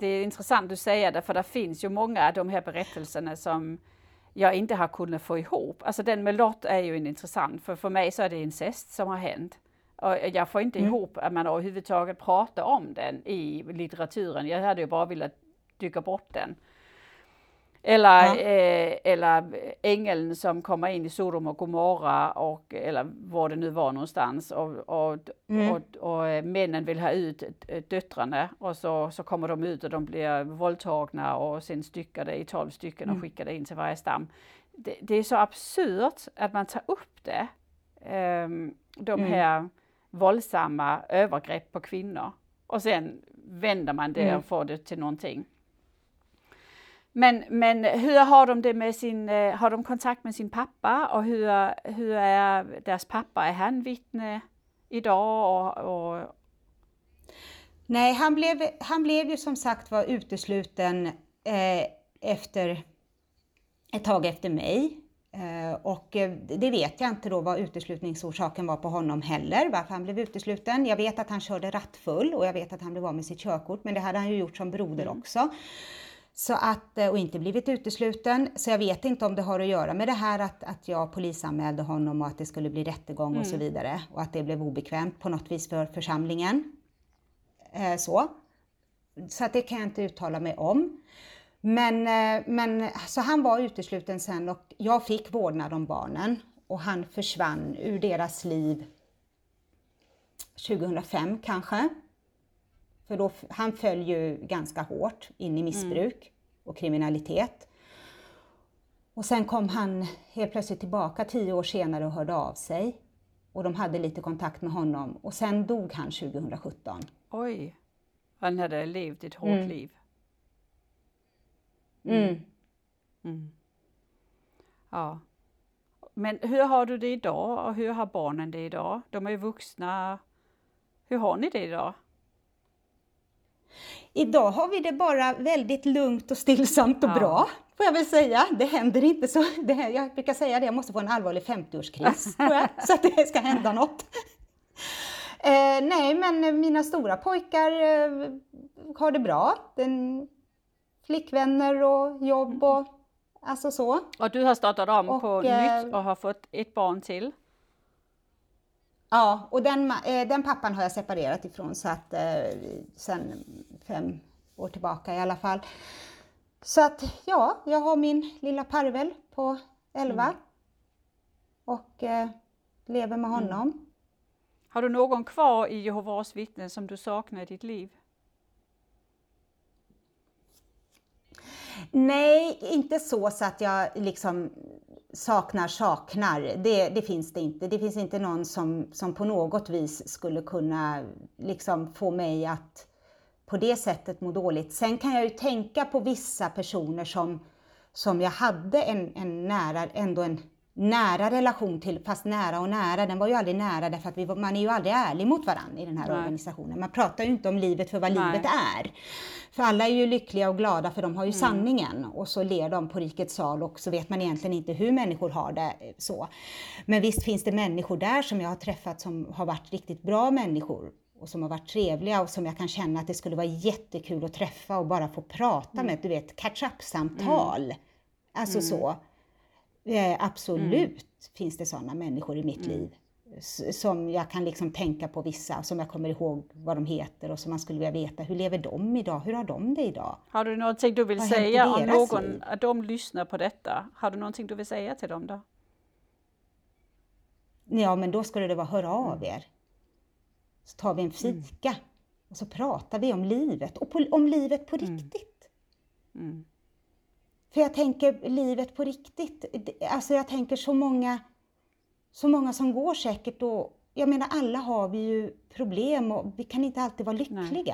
Speaker 2: det är intressant du säger det, för det finns ju många av de här berättelserna som jag inte har kunnat få ihop. Alltså den med Lott är ju intressant, för för mig så är det incest som har hänt. Och jag får inte mm. ihop att man överhuvudtaget pratar om den i litteraturen. Jag hade ju bara velat dyka bort den. Eller, ja. eh, eller ängeln som kommer in i Sodom och Gomorra, och, eller var det nu var någonstans. Och, och, mm. och, och, och männen vill ha ut döttrarna, och så, så kommer de ut och de blir våldtagna och sen styckade i tolv stycken och mm. skickade in till varje stam. Det, det är så absurt att man tar upp det. Um, de mm. här våldsamma övergrepp på kvinnor. Och sen vänder man det mm. och får det till någonting. Men, men hur har de det med sin, har de kontakt med sin pappa, och hur, hur är deras pappa, är han vittne idag? Och, och...
Speaker 3: Nej, han blev, han blev ju som sagt var utesluten eh, efter ett tag efter mig. Eh, och det vet jag inte då vad uteslutningsorsaken var på honom heller, varför han blev utesluten. Jag vet att han körde rattfull, och jag vet att han blev av med sitt körkort, men det hade han ju gjort som broder mm. också. Så att, och inte blivit utesluten. Så jag vet inte om det har att göra med det här att, att jag polisanmälde honom och att det skulle bli rättegång mm. och så vidare. Och att det blev obekvämt på något vis för församlingen. Eh, så. Så att det kan jag inte uttala mig om. Men, eh, men så han var utesluten sen, och jag fick vårdnad om barnen. Och han försvann ur deras liv tjugohundrafem kanske. För då, han föll ju ganska hårt in i missbruk mm. och kriminalitet. Och sen kom han helt plötsligt tillbaka tio år senare och hörde av sig. Och de hade lite kontakt med honom. Och sen dog han tjugohundrasjutton.
Speaker 2: Oj, han hade levt ett hårt mm. liv.
Speaker 3: Mm. Mm.
Speaker 2: Mm. Ja. Men hur har du det idag, och hur har barnen det idag? De är ju vuxna. Hur har ni det idag?
Speaker 3: Idag har vi det bara väldigt lugnt och stillsamt och ja. bra, får jag väl säga. Det händer inte så. Det här, jag brukar säga det, jag måste få en allvarlig femtioårskris tror jag, så att det ska hända något. Eh, nej, men mina stora pojkar eh, har det bra. Den, flickvänner och jobb och alltså så.
Speaker 2: Och du har startat om och, på eh, nytt och har fått ett barn till.
Speaker 3: Ja, och den, den pappan har jag separerat ifrån, så att eh, sen fem år tillbaka i alla fall. Så att ja, jag har min lilla parvel på elva mm. och eh, lever med honom. Mm.
Speaker 2: Har du någon kvar i Jehovas vittnen som du saknar i ditt liv?
Speaker 3: Nej, inte så, så att jag liksom saknar saknar. Det, det finns det inte. Det finns inte någon som, som på något vis skulle kunna liksom få mig att på det sättet må dåligt. Sen kan jag ju tänka på vissa personer som, som jag hade en, en nära, ändå en nära relation till, fast nära och nära, den var ju aldrig nära därför att vi, man är ju aldrig ärlig mot varandra i den här Nej. organisationen. Man pratar ju inte om livet för vad Nej. livet är. För alla är ju lyckliga och glada, för de har ju mm. sanningen, och så ler de på rikets sal, och så vet man egentligen inte hur människor har det så. Men visst finns det människor där som jag har träffat som har varit riktigt bra människor och som har varit trevliga och som jag kan känna att det skulle vara jättekul att träffa och bara få prata mm. med, du vet, catch-up-samtal. Mm. Alltså mm. så. Eh, absolut mm. finns det sådana människor i mitt mm. liv s- som jag kan liksom tänka på, vissa som jag kommer ihåg vad de heter och som man skulle vilja veta, hur lever de idag, hur har de det idag?
Speaker 2: Har du någonting du vill vad säga om någon, liv? Att de lyssnar på detta? Har du någonting du vill säga till dem då?
Speaker 3: Ja, men då skulle det vara, hör av er. Så tar vi en fika mm. och så pratar vi om livet, och på, om livet på
Speaker 2: mm.
Speaker 3: riktigt.
Speaker 2: Mm.
Speaker 3: För jag tänker livet på riktigt, alltså jag tänker så många, så många som går säkert, och jag menar alla har vi ju problem och vi kan inte alltid vara lyckliga.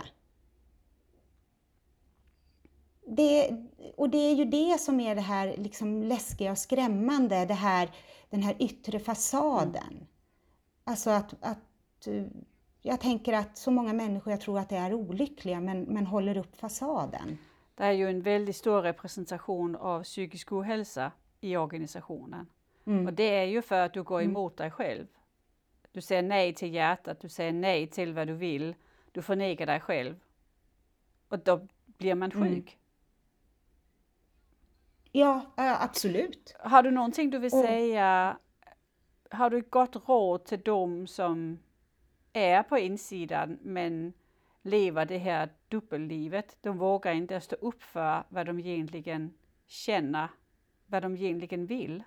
Speaker 3: Det, och det är ju det som är det här liksom läskiga och skrämmande, det här, den här yttre fasaden. Mm. Alltså att, att jag tänker att så många människor, jag tror att det är olyckliga, men, men håller upp fasaden.
Speaker 2: Det är ju en väldigt stor representation av psykisk ohälsa i organisationen. Mm. Och det är ju för att du går emot dig själv. Du säger nej till hjärtat, du säger nej till vad du vill. Du förnekar dig själv. Och då blir man sjuk. Mm.
Speaker 3: Ja, absolut.
Speaker 2: Har du någonting du vill och... säga, har du ett gott råd till dem som är på insidan men lever det här dubbellivet? De vågar inte stå upp för vad de egentligen känner, vad de egentligen vill.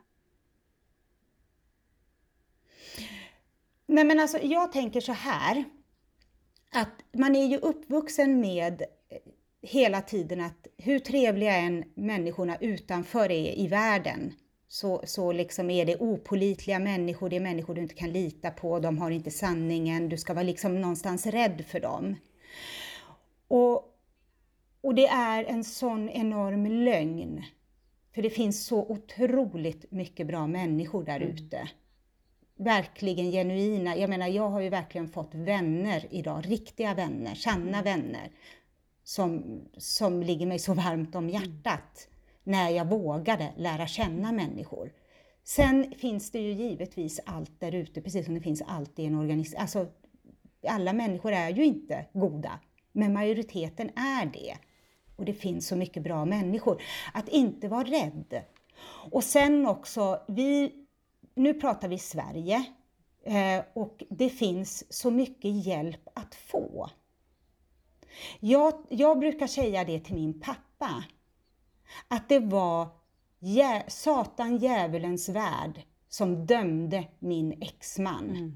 Speaker 3: Nej, men alltså jag tänker så här, att man är ju uppvuxen med hela tiden att hur trevliga än människorna utanför är i världen, så, så liksom är det opålitliga människor, det är människor du inte kan lita på, de har inte sanningen, du ska vara liksom någonstans rädd för dem. Och, och det är en sån enorm lögn, för det finns så otroligt mycket bra människor där ute. Mm. Verkligen genuina, jag menar jag har ju verkligen fått vänner idag, riktiga vänner, sanna mm. vänner. Som, som ligger mig så varmt om hjärtat mm. när jag vågade lära känna människor. Sen finns det ju givetvis allt där ute, precis som det finns allt i en organisation. Alltså, alla människor är ju inte goda, men majoriteten är det. Och det finns så mycket bra människor. Att inte vara rädd. Och sen också, vi, nu pratar vi Sverige eh, och det finns så mycket hjälp att få. Jag, jag brukar säga det till min pappa, att det var jä, satan djävulens värld som dömde min exman mm.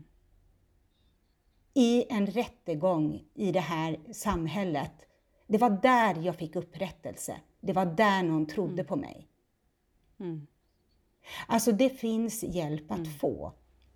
Speaker 3: i en rättegång i det här samhället. Det var där jag fick upprättelse. Det var där någon trodde mm. på mig. Mm. Alltså det finns hjälp att mm. få.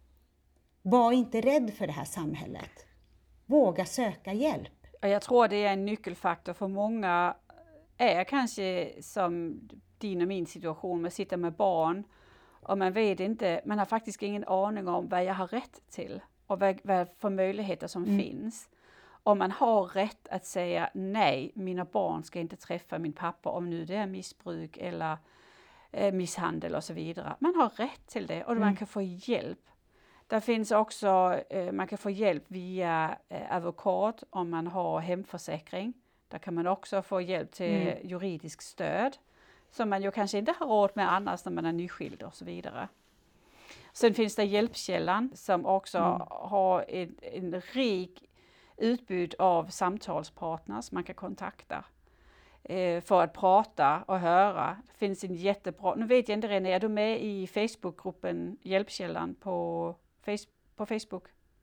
Speaker 3: Var inte rädd för det här samhället. Våga söka hjälp.
Speaker 2: Jag tror det är en nyckelfaktor för många, är kanske som din och min situation, med att sitta med barn och man vet inte, man har faktiskt ingen aning om vad jag har rätt till och vad, vad för möjligheter som mm. finns. Om man har rätt att säga nej, mina barn ska inte träffa min pappa om nu det är missbruk eller eh, misshandel och så vidare. Man har rätt till det och mm. man kan få hjälp. Det finns också, eh, man kan få hjälp via eh, advokat om man har hemförsäkring. Där kan man också få hjälp till mm. juridisk stöd. Som man ju kanske inte har råd med annars när man är nyskild och så vidare. Sen finns det Hjälpkällan som också mm. har en, en rik utbud av samtalspartners man kan kontakta. Eh, för att prata och höra. Det finns en jättebra, nu vet jag inte René, är du med i Facebookgruppen Hjälpkällan på på Facebook?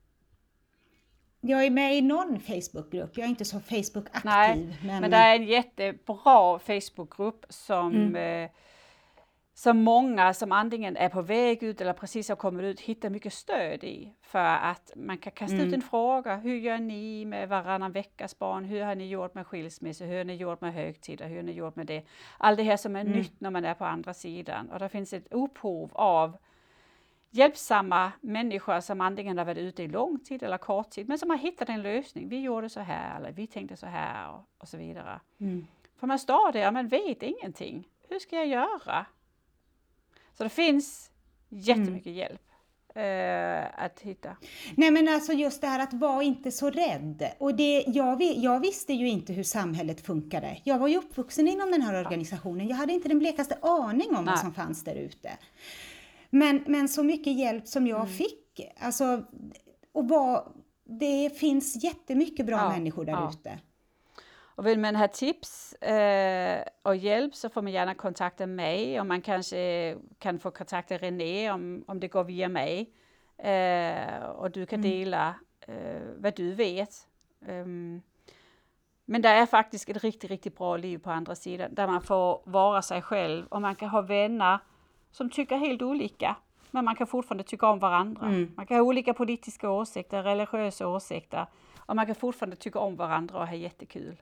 Speaker 3: Jag är med i någon Facebookgrupp. Jag är inte så Facebook-aktiv.
Speaker 2: Nej, men... men det är en jättebra Facebookgrupp som, mm. eh, som många som antingen är på väg ut eller precis har kommit ut hittar mycket stöd i. För att man kan kasta mm. ut en fråga. Hur gör ni med varannan veckas barn? Hur har ni gjort med skilsmässa? Hur har ni gjort med högtider? Hur har ni gjort med det? Allt det här som är mm. nytt när man är på andra sidan. Och det finns ett upphov av hjälpsamma människor som antingen har varit ute i lång tid eller kort tid, men som har hittat en lösning. Vi gjorde så här, eller vi tänkte så här och, och så vidare. Mm. För man står där, man vet ingenting. Hur ska jag göra? Så det finns jättemycket mm. hjälp eh, att hitta.
Speaker 3: Nej, men alltså just det här att vara inte så rädd. Och det, jag, jag visste ju inte hur samhället funkade. Jag var ju uppvuxen inom den här organisationen. Jag hade inte den blekaste aning om Nej. vad som fanns där ute. Men, men så mycket hjälp som jag mm. fick. Alltså, och vad, det finns jättemycket bra ja, människor där ja. ute.
Speaker 2: Och vill man ha tips eh, och hjälp så får man gärna kontakta mig. Och man kanske kan få kontakta René om, om det går via mig. Eh, och du kan dela eh, vad du vet. Um, men det är faktiskt ett riktigt, riktigt bra liv på andra sidan. Där man får vara sig själv. Och man kan ha vänner som tycker helt olika, men man kan fortfarande tycka om varandra. Mm. Man kan ha olika politiska åsikter, religiösa åsikter, och man kan fortfarande tycka om varandra och ha jättekul.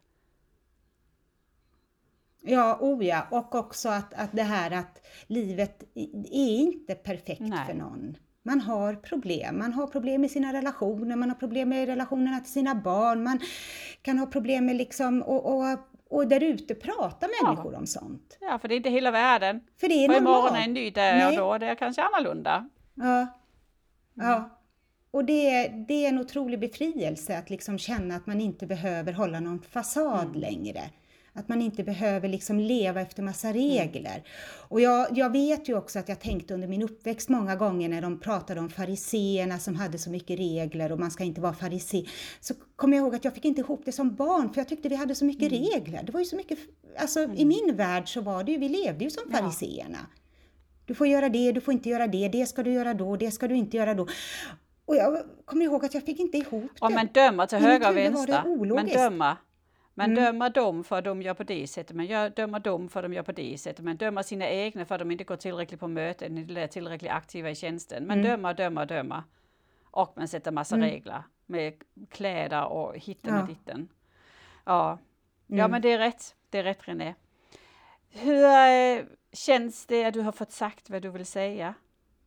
Speaker 3: Ja, oh ja. Och också att, att det här att livet är inte perfekt Nej. för någon. Man har problem. Man har problem med sina relationer, man har problem med relationerna till sina barn, man kan ha problem med liksom och, och Och där ute pratar människor ja. om sånt.
Speaker 2: Ja, för det är inte hela världen.
Speaker 3: För det är
Speaker 2: för imorgon är en ny dag och då det är kanske annorlunda.
Speaker 3: Ja, ja. Mm. Och det, det är en otrolig befrielse att liksom känna att man inte behöver hålla någon fasad mm. längre. Att man inte behöver liksom leva efter massa regler. Mm. Och jag, jag vet ju också att jag tänkte under min uppväxt många gånger när de pratade om fariseerna som hade så mycket regler och man ska inte vara farisé. Så kommer jag ihåg att jag fick inte ihop det som barn för jag tyckte vi hade så mycket mm. regler. Det var ju så mycket, alltså mm. i min värld så var det ju, vi levde ju som fariseerna. Ja. Du får göra det, du får inte göra det, det ska du göra då, det ska du inte göra då. Och jag kommer ihåg att jag fick inte ihop det.
Speaker 2: Och man dömer till höger och vänster. Man dömer. Man mm. dömer dem för att de gör på det sättet. Man gör, dömer dem för att de gör på det sättet. Man dömer sina egna för att de inte går tillräckligt på möten. Eller är tillräckligt aktiva i tjänsten. Man mm. dömer, dömer, dömer. Och man sätter massa mm. regler. Med kläder och hitten
Speaker 3: ja.
Speaker 2: och ditten. Ja. Mm. ja, men det är rätt. Det är rätt, René. Hur äh, känns det att du har fått sagt vad du vill säga?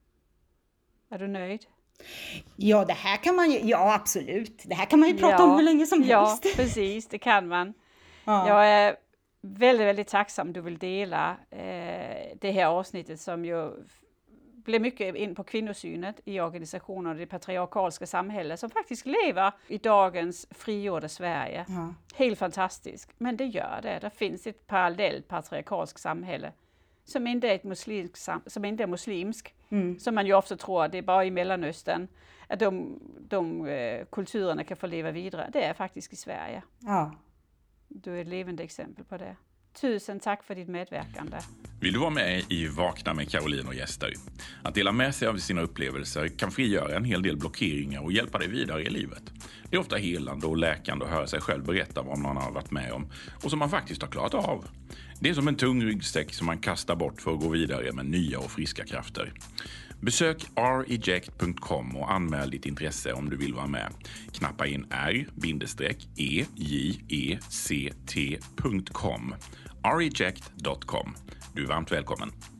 Speaker 2: Är du nöjd?
Speaker 3: Ja, det här kan man ju, ja absolut. Det här kan man ju prata
Speaker 2: ja,
Speaker 3: om hur länge som helst.
Speaker 2: Ja, precis, det kan man. Ja. Jag är väldigt, väldigt tacksam du vill dela eh, det här avsnittet som ju blev mycket in på kvinnosynet i organisationer och det patriarkalska samhället som faktiskt lever i dagens frigjorda Sverige. Ja. Helt fantastiskt. Men det gör det. Det finns ett parallellt patriarkalskt samhälle som inte är ett muslimsk, som inte är muslimsk. Mm. Som man ju ofta tror att det är bara i Mellanöstern att de, de uh, kulturerna kan få leva vidare. Det är faktiskt i Sverige.
Speaker 3: Ja.
Speaker 2: Du är ett levande exempel på det. Tusen tack för ditt medverkande.
Speaker 1: Vill du vara med i Vakna med Caroline och gäster? Att dela med sig av sina upplevelser kan frigöra en hel del blockeringar och hjälpa dig vidare i livet. Det är ofta helande och läkande att höra sig själv berätta vad man har varit med om och som man faktiskt har klarat av. Det är som en tung ryggsäck som man kastar bort för att gå vidare med nya och friska krafter. Besök r eject punkt com och anmäl ditt intresse om du vill vara med. Knappa in r e j e c t punkt com r eject punkt com. Du är varmt välkommen.